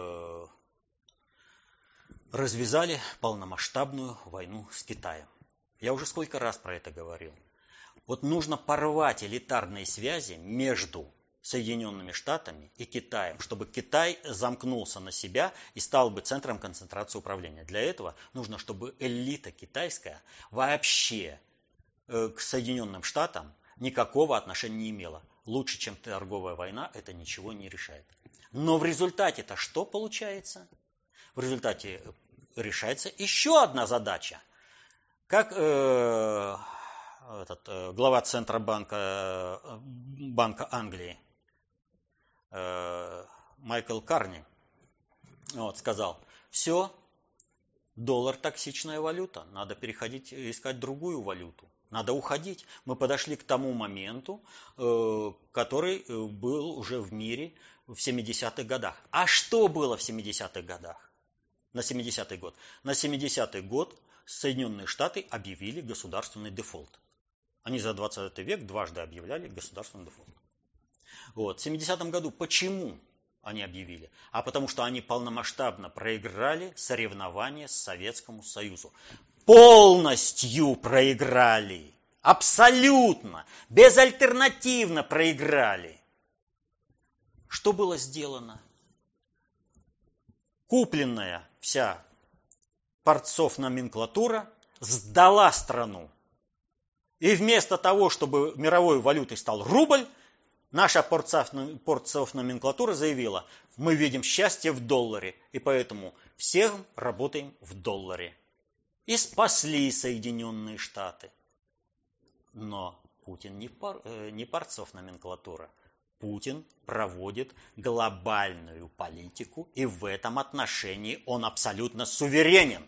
э, развязали полномасштабную войну с Китаем. Я уже сколько раз про это говорил. Вот нужно порвать элитарные связи между Соединенными Штатами и Китаем, чтобы Китай замкнулся на себя и стал бы центром концентрации управления. Для этого нужно, чтобы элита китайская вообще э, к Соединенным Штатам никакого отношения не имела. Лучше, чем торговая война, это ничего не решает. Но в результате-то что получается? В результате решается еще одна задача. Как э, этот, э, глава Центробанка э, Банка Англии э, Майкл Карни вот, сказал, все, доллар токсичная валюта, надо переходить, искать другую валюту. Надо уходить. Мы подошли к тому моменту, э, который был уже в мире в семидесятых годах. А что было в семидесятых годах? На семидесятый год. На семидесятый год Соединенные Штаты объявили государственный дефолт. Они за двадцатый век дважды объявляли государственный дефолт. Вот. В семидесятом году почему они объявили? А потому что они полномасштабно проиграли соревнования с Советскому Союзу. Полностью проиграли. Абсолютно. Безальтернативно проиграли. Что было сделано? Купленная вся партсовноменклатура сдала страну. И вместо того, чтобы мировой валютой стал рубль, наша партсовноменклатура заявила, мы видим счастье в долларе, и поэтому всем работаем в долларе. И спасли Соединенные Штаты. Но Путин не, пар, не партсовноменклатура. Путин проводит глобальную политику, и в этом отношении он абсолютно суверенен.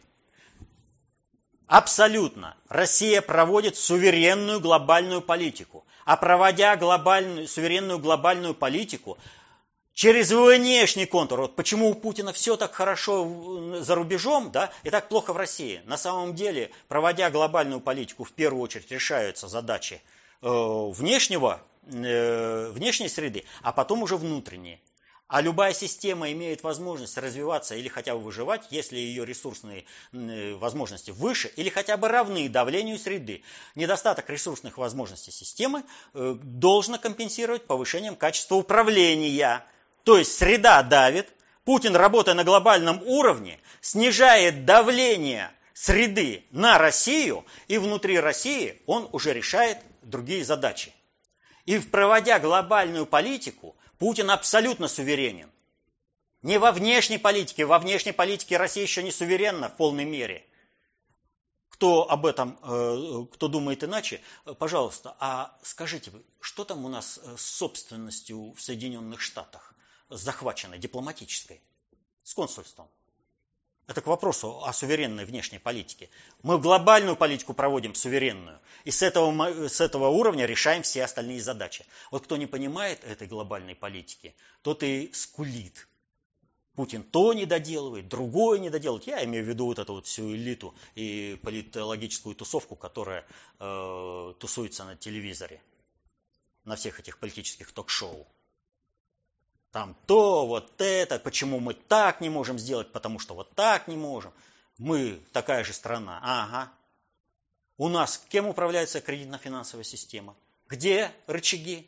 Абсолютно. Россия проводит суверенную глобальную политику. А проводя глобальную, суверенную глобальную политику через внешний контур, вот почему у Путина все так хорошо за рубежом, да, и так плохо в России. На самом деле, проводя глобальную политику, в первую очередь решаются задачи э, внешнего, э, внешней среды, а потом уже внутренние. А любая система имеет возможность развиваться или хотя бы выживать, если ее ресурсные возможности выше или хотя бы равны давлению среды. Недостаток ресурсных возможностей системы должно компенсировать повышением качества управления. То есть среда давит, Путин, работая на глобальном уровне, снижает давление среды на Россию, и внутри России он уже решает другие задачи. И проводя глобальную политику, Путин абсолютно суверенен. Не во внешней политике. Во внешней политике Россия еще не суверенна в полной мере. Кто об этом, кто думает иначе, пожалуйста, а скажите, что там у нас с собственностью в Соединенных Штатах захваченной, дипломатической, с консульством? Это к вопросу о суверенной внешней политике. Мы глобальную политику проводим суверенную, и с этого, с этого уровня решаем все остальные задачи. Вот кто не понимает этой глобальной политики, тот и скулит. Путин то не доделывает, другое не доделывает. Я имею в виду вот эту вот всю элиту и политологическую тусовку, которая э, тусуется на телевизоре, на всех этих политических ток-шоу. Там то, вот это, почему мы так не можем сделать, потому что вот так не можем. Мы такая же страна. Ага. У нас кем управляется кредитно-финансовая система? Где рычаги?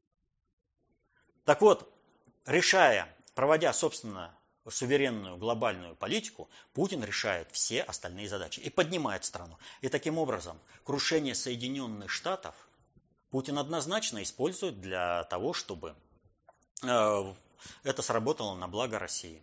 Так вот, решая, проводя, собственно, суверенную глобальную политику, Путин решает все остальные задачи и поднимает страну. И таким образом, крушение Соединенных Штатов Путин однозначно использует для того, чтобы это сработало на благо России.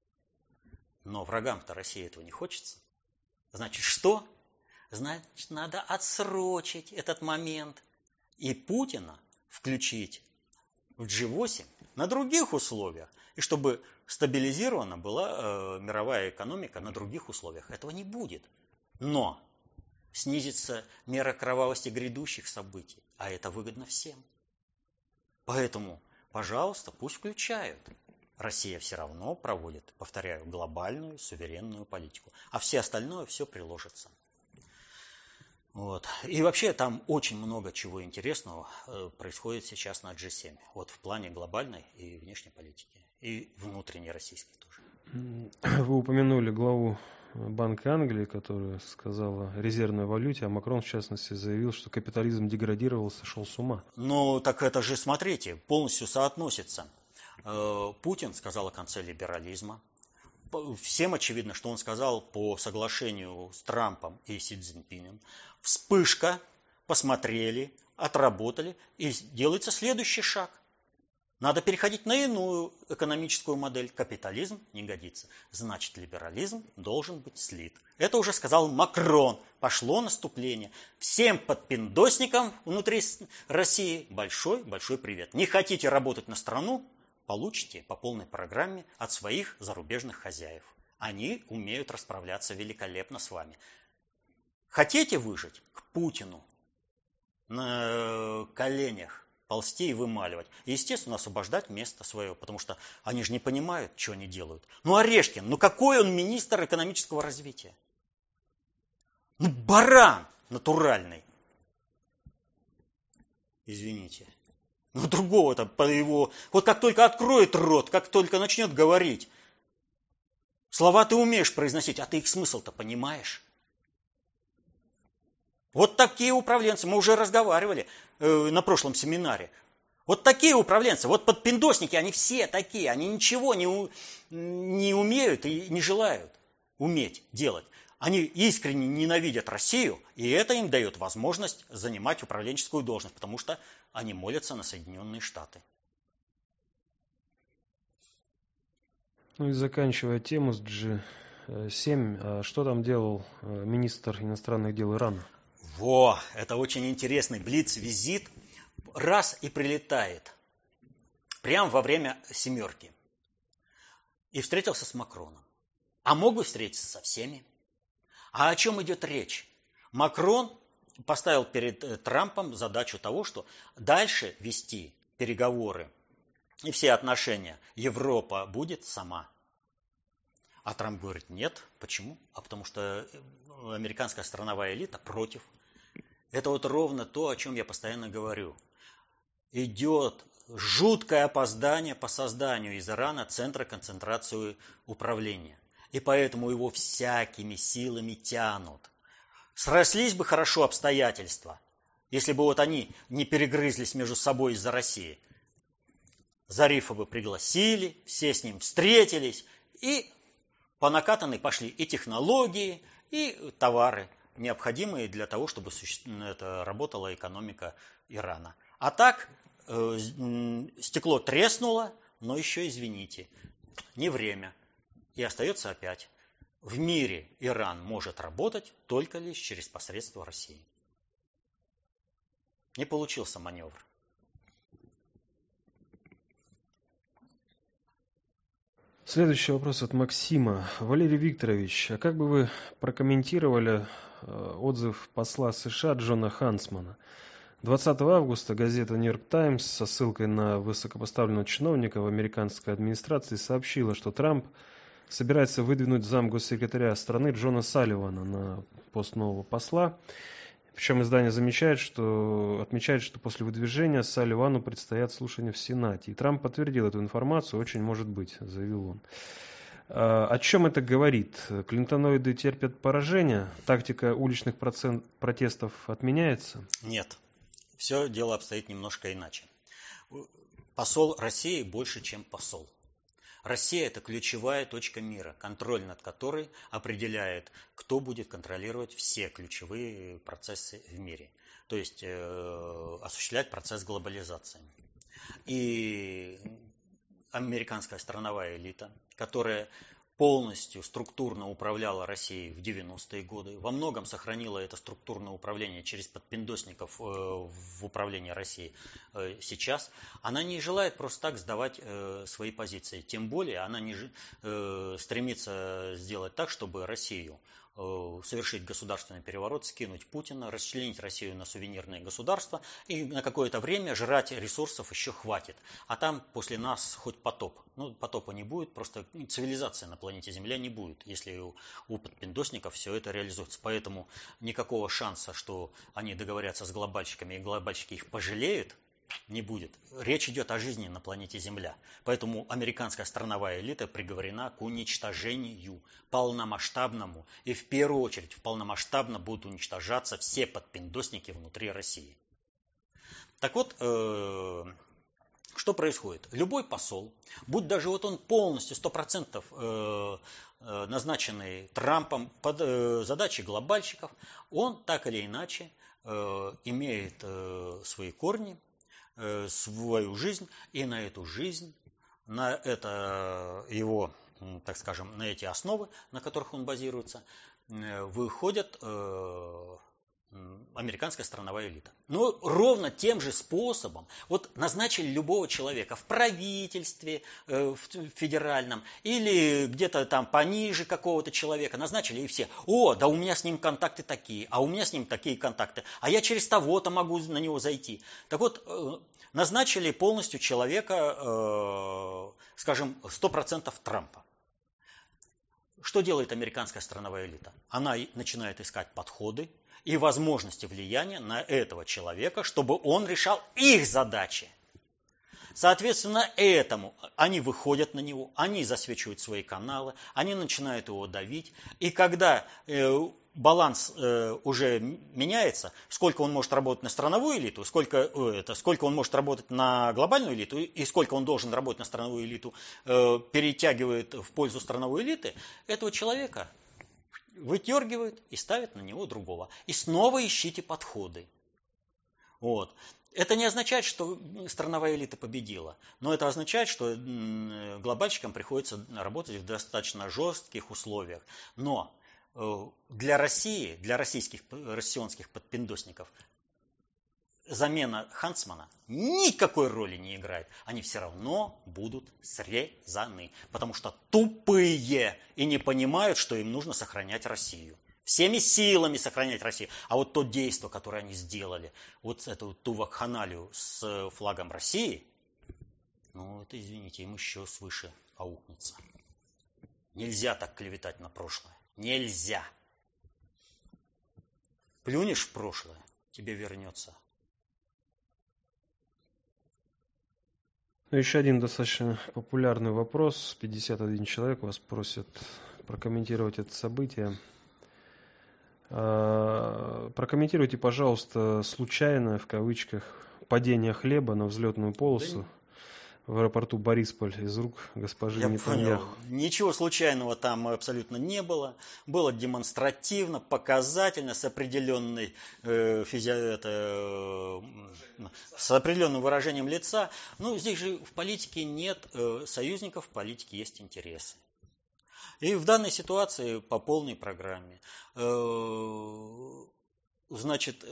Но врагам-то России этого не хочется. Значит, что? Значит, надо отсрочить этот момент и Путина включить в джи восемь на других условиях. И чтобы стабилизирована была э, мировая экономика на других условиях. Этого не будет. Но снизится мера кровавости грядущих событий. А это выгодно всем. Поэтому пожалуйста, пусть включают. Россия все равно проводит, повторяю, глобальную суверенную политику. А все остальное все приложится. Вот. И вообще там очень много чего интересного происходит сейчас на джи семь. Вот в плане глобальной и внешней политики. И внутренней российской тоже. Вы упомянули главу Банка Англии, которая сказала о резервной валюте, а Макрон, в частности, заявил, что капитализм деградировал, сошел с ума. Ну, так это же, смотрите, полностью соотносится. Путин сказал о конце либерализма. Всем очевидно, что он сказал по соглашению с Трампом и Си Цзиньпинем. Вспышка, посмотрели, отработали, и делается следующий шаг. Надо переходить на иную экономическую модель. Капитализм не годится. Значит, либерализм должен быть слит. Это уже сказал Макрон. Пошло наступление. Всем подпиндосникам внутри России большой-большой привет. Не хотите работать на страну? Получите по полной программе от своих зарубежных хозяев. Они умеют расправляться великолепно с вами. Хотите выжить? К Путину. На коленях ползти и вымаливать. И, естественно, освобождать место свое, потому что они же не понимают, что они делают. Ну, Орешкин, ну какой он министр экономического развития? Ну, баран натуральный. Извините. Ну, другого-то по его... Вот как только откроет рот, как только начнет говорить, слова ты умеешь произносить, а ты их смысл-то понимаешь? Вот такие управленцы, мы уже разговаривали э, на прошлом семинаре. Вот такие управленцы, вот подпиндосники, они все такие, они ничего не, у, не умеют и не желают уметь делать. Они искренне ненавидят Россию, и это им дает возможность занимать управленческую должность, потому что они молятся на Соединенные Штаты. Ну и заканчивая тему с джи семь, а что там делал министр иностранных дел Ирана? Во, это очень интересный блиц-визит. Раз и прилетает. Прямо во время семерки. И встретился с Макроном. А мог бы встретиться со всеми. А о чем идет речь? Макрон поставил перед Трампом задачу того, что дальше вести переговоры и все отношения Европа будет сама. А Трамп говорит, нет. Почему? А потому что американская страновая элита против. Это вот ровно то, о чем я постоянно говорю. Идет жуткое опоздание по созданию из Ирана центра концентрации управления. И поэтому его всякими силами тянут. Срослись бы хорошо обстоятельства, если бы вот они не перегрызлись между собой из-за России. Зарифа бы пригласили, все с ним встретились, и по накатанной пошли и технологии, и товары, необходимые для того, чтобы это, работала экономика Ирана. А так, э, стекло треснуло, но еще, извините, не время. И остается опять. В мире Иран может работать только лишь через посредство России. Не получился маневр. Следующий вопрос от Максима. Валерий Викторович, а как бы вы прокомментировали отзыв посла США Джона Хансмана? двадцатого августа газета «Нью-Йорк Таймс» со ссылкой на высокопоставленного чиновника в американской администрации сообщила, что Трамп собирается выдвинуть замгоссекретаря страны Джона Салливана на пост нового посла. Причем издание замечает, что, отмечает, что после выдвижения Салливану предстоят слушания в Сенате. И Трамп подтвердил эту информацию, очень может быть, заявил он. О чем это говорит? Клинтоноиды терпят поражение? Тактика уличных протестов отменяется? Нет. Все дело обстоит немножко иначе. Посол России больше, чем посол. Россия – это ключевая точка мира, контроль над которой определяет, кто будет контролировать все ключевые процессы в мире. То есть э, осуществлять процесс глобализации. И американская страновая элита, которая полностью структурно управляла Россией в девяностые годы, во многом сохранила это структурное управление через подпиндосников в управлении Россией сейчас, она не желает просто так сдавать свои позиции. Тем более она не стремится сделать так, чтобы Россию совершить государственный переворот, скинуть Путина, расчленить Россию на сувенирные государства и на какое-то время жрать ресурсов еще хватит. А там после нас хоть потоп. Ну, потопа не будет, просто цивилизация на планете Земля не будет, если у, у подпиндосников все это реализуется. Поэтому никакого шанса, что они договорятся с глобальщиками и глобальщики их пожалеют, Не будет. Речь идет о жизни на планете Земля. Поэтому американская страновая элита приговорена к уничтожению полномасштабному. И в первую очередь полномасштабно будут уничтожаться все подпиндосники внутри России. Так вот, э, что происходит? Любой посол, будь даже вот он полностью сто процентов э, э, назначенный Трампом под э, задачи глобальщиков, он так или иначе э, имеет э, свои корни, свою жизнь, и на эту жизнь, на это его, так скажем, на эти основы, на которых он базируется, выходит американская страновая элита. Но ровно тем же способом, вот назначили любого человека в правительстве, в федеральном, или где-то там пониже какого-то человека, назначили и все, о, да у меня с ним контакты такие, а у меня с ним такие контакты, а я через того-то могу на него зайти. Так вот, назначили полностью человека, скажем, сто процентов Трампа. Что делает американская страновая элита? Она начинает искать подходы и возможности влияния на этого человека, чтобы он решал их задачи. Соответственно, этому они выходят на него, они засвечивают свои каналы, они начинают его давить. И когда э, баланс э, уже меняется, сколько он может работать на страновую элиту, сколько, э, это, сколько он может работать на глобальную элиту и сколько он должен работать на страновую элиту, э, перетягивает в пользу страновой элиты, этого человека вытергивают и ставят на него другого. И снова ищите подходы. Вот. Это не означает, что страновая элита победила, но это означает, что глобальщикам приходится работать в достаточно жестких условиях. Но для России, для российских, россионских подпиндосников замена Хансмана никакой роли не играет. Они все равно будут срезаны, потому что тупые и не понимают, что им нужно сохранять Россию. Всеми силами сохранять Россию. А вот то действие, которое они сделали, вот эту ту вакханалию с флагом России, ну, это, извините, им еще свыше аукнется. Нельзя так клеветать на прошлое. Нельзя. Плюнешь в прошлое, тебе вернется. Ну, еще один достаточно популярный вопрос. пятьдесят один человек вас просят прокомментировать это событие. Прокомментируйте, пожалуйста, случайное, в кавычках, падение хлеба на взлетную полосу в аэропорту Борисполь из рук госпожи Нетаньяху. Ничего случайного там абсолютно не было. Было демонстративно, показательно, с определенной, э, физи... это, э, с определенным выражением лица. Ну, здесь же в политике нет э, союзников, в политике есть интересы. И в данной ситуации по полной программе. Э, значит,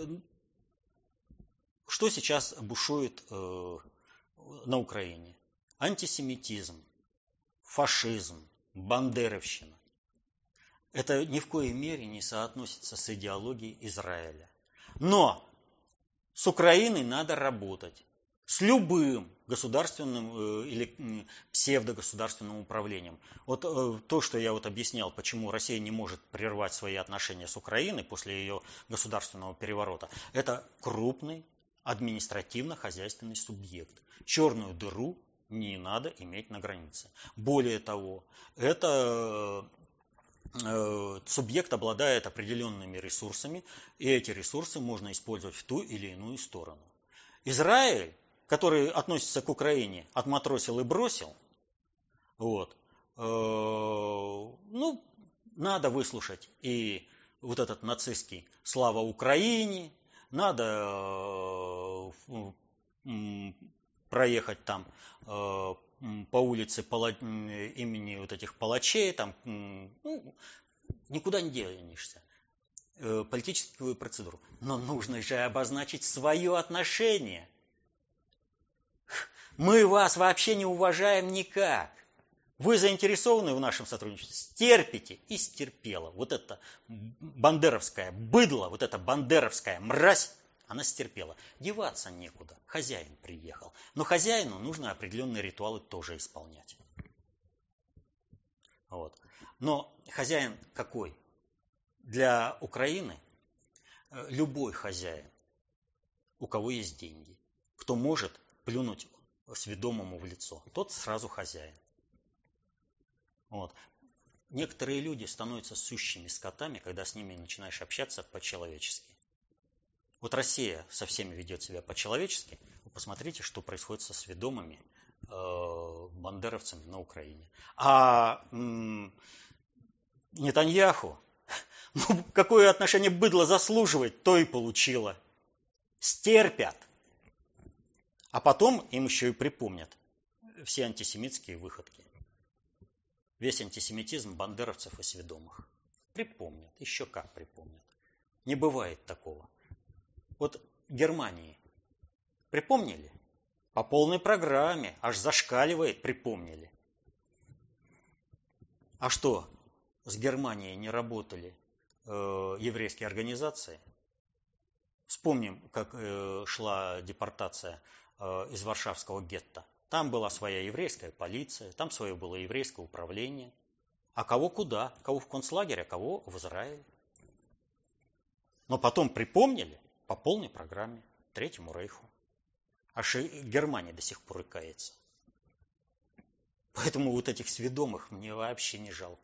что сейчас бушует э, на Украине? Антисемитизм, фашизм, бандеровщина. Это ни в коей мере не соотносится с идеологией Израиля. Но с Украиной надо работать. С любым государственным э, или э, псевдогосударственным управлением. Вот э, то, что я вот объяснял, почему Россия не может прервать свои отношения с Украиной после ее государственного переворота, это крупный административно-хозяйственный субъект. Черную дыру не надо иметь на границе. Более того, это э, субъект обладает определенными ресурсами, и эти ресурсы можно использовать в ту или иную сторону. Израиль, который относится к Украине, отматросил и бросил, вот, э, ну, надо выслушать и вот этот нацистский «Слава Украине», надо э, проехать там э, по улице пала, имени вот этих палачей, там, ну, никуда не денешься. Э, политическую процедуру. Но нужно же обозначить свое отношение. Мы вас вообще не уважаем никак. Вы заинтересованы в нашем сотрудничестве, стерпите и стерпела. Вот это бандеровское быдло, вот эта бандеровская мразь, она стерпела. Деваться некуда, хозяин приехал. Но хозяину нужно определенные ритуалы тоже исполнять. Вот. Но хозяин какой? Для Украины любой хозяин, у кого есть деньги. кто может плюнуть сведомому в лицо, тот сразу хозяин. Вот. Некоторые люди становятся сущими скотами, когда с ними начинаешь общаться по-человечески. Вот Россия со всеми ведет себя по-человечески. Вы посмотрите, что происходит со сведомыми э, бандеровцами на Украине. А м- Нетаньяху, ну, какое отношение быдло заслуживает, то и получило. Стерпят. А потом им еще и припомнят все антисемитские выходки. Весь антисемитизм бандеровцев и сведомых. Припомнят, еще как припомнят. Не бывает такого. Вот Германии припомнили? По полной программе, аж зашкаливает, припомнили. А что, с Германией не работали э, еврейские организации? Вспомним, как э, шла депортация э, из Варшавского гетто. Там была своя еврейская полиция, там свое было еврейское управление. А кого куда? Кого в концлагерь, а кого в Израиль. Но потом припомнили по полной программе Третьему Рейху. Аж и Германия до сих пор и кается. Поэтому вот этих сведомых мне вообще не жалко.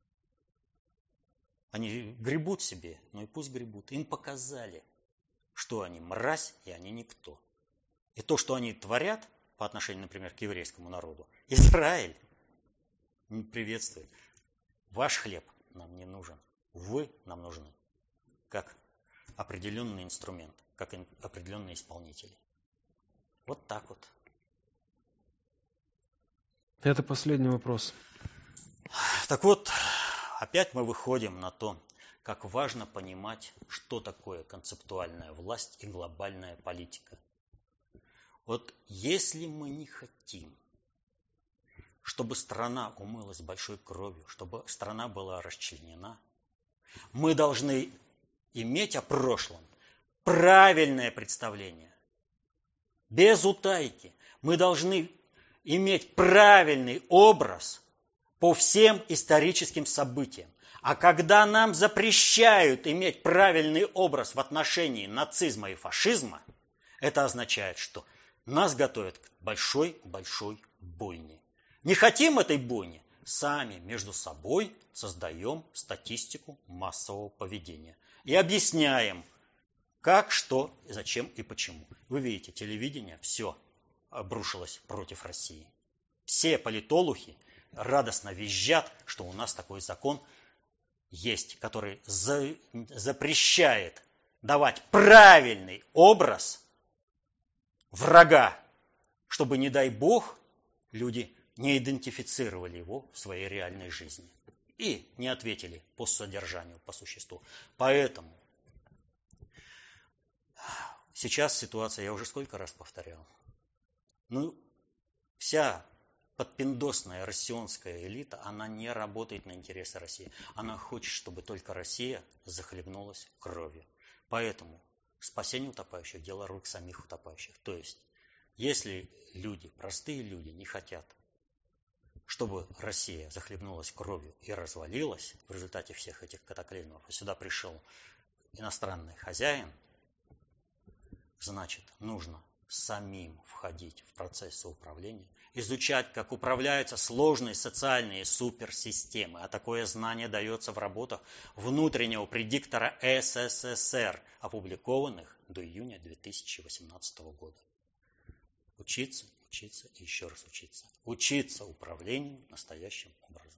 Они гребут себе, ну и пусть гребут. Им показали, что они мразь и они никто. И то, что они творят по отношению, например, к еврейскому народу, Израиль приветствует. Ваш хлеб нам не нужен. Вы нам нужны. Как определенный инструмент, как определенные исполнители. Вот так вот. Это последний вопрос. Так вот, опять мы выходим на то, как важно понимать, что такое концептуальная власть и глобальная политика. Вот если мы не хотим, чтобы страна умылась большой кровью, чтобы страна была расчленена, мы должны иметь о прошлом правильное представление. Без утайки. Мы должны иметь правильный образ по всем историческим событиям. А когда нам запрещают иметь правильный образ в отношении нацизма и фашизма, это означает, что нас готовят к большой-большой бойне. Не хотим этой бойни? Сами между собой создаем статистику массового поведения. И объясняем, как, что, зачем и почему. Вы видите, телевидение все обрушилось против России. Все политологи радостно визжат, что у нас такой закон есть, который за, запрещает давать правильный образ врага, чтобы, не дай бог, люди не идентифицировали его в своей реальной жизни и не ответили по содержанию, по существу. Поэтому сейчас ситуация, я уже сколько раз повторял, ну, вся подпиндосная россионская элита, она не работает на интересы России. Она хочет, чтобы только Россия захлебнулась кровью. Поэтому спасение утопающих – дело рук самих утопающих. То есть, если люди, простые люди, не хотят, чтобы Россия захлебнулась кровью и развалилась в результате всех этих катаклизмов, и сюда пришел иностранный хозяин, значит, нужно самим входить в процессы управления, изучать, как управляются сложные социальные суперсистемы. А такое знание дается в работах внутреннего предиктора СССР, опубликованных до июня две тысячи восемнадцатого года. Учиться, учиться и еще раз учиться. Учиться управлению настоящим образом.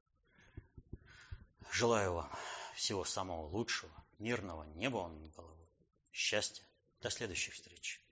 Желаю вам всего самого лучшего, мирного неба вам над головой, счастья. До следующих встреч.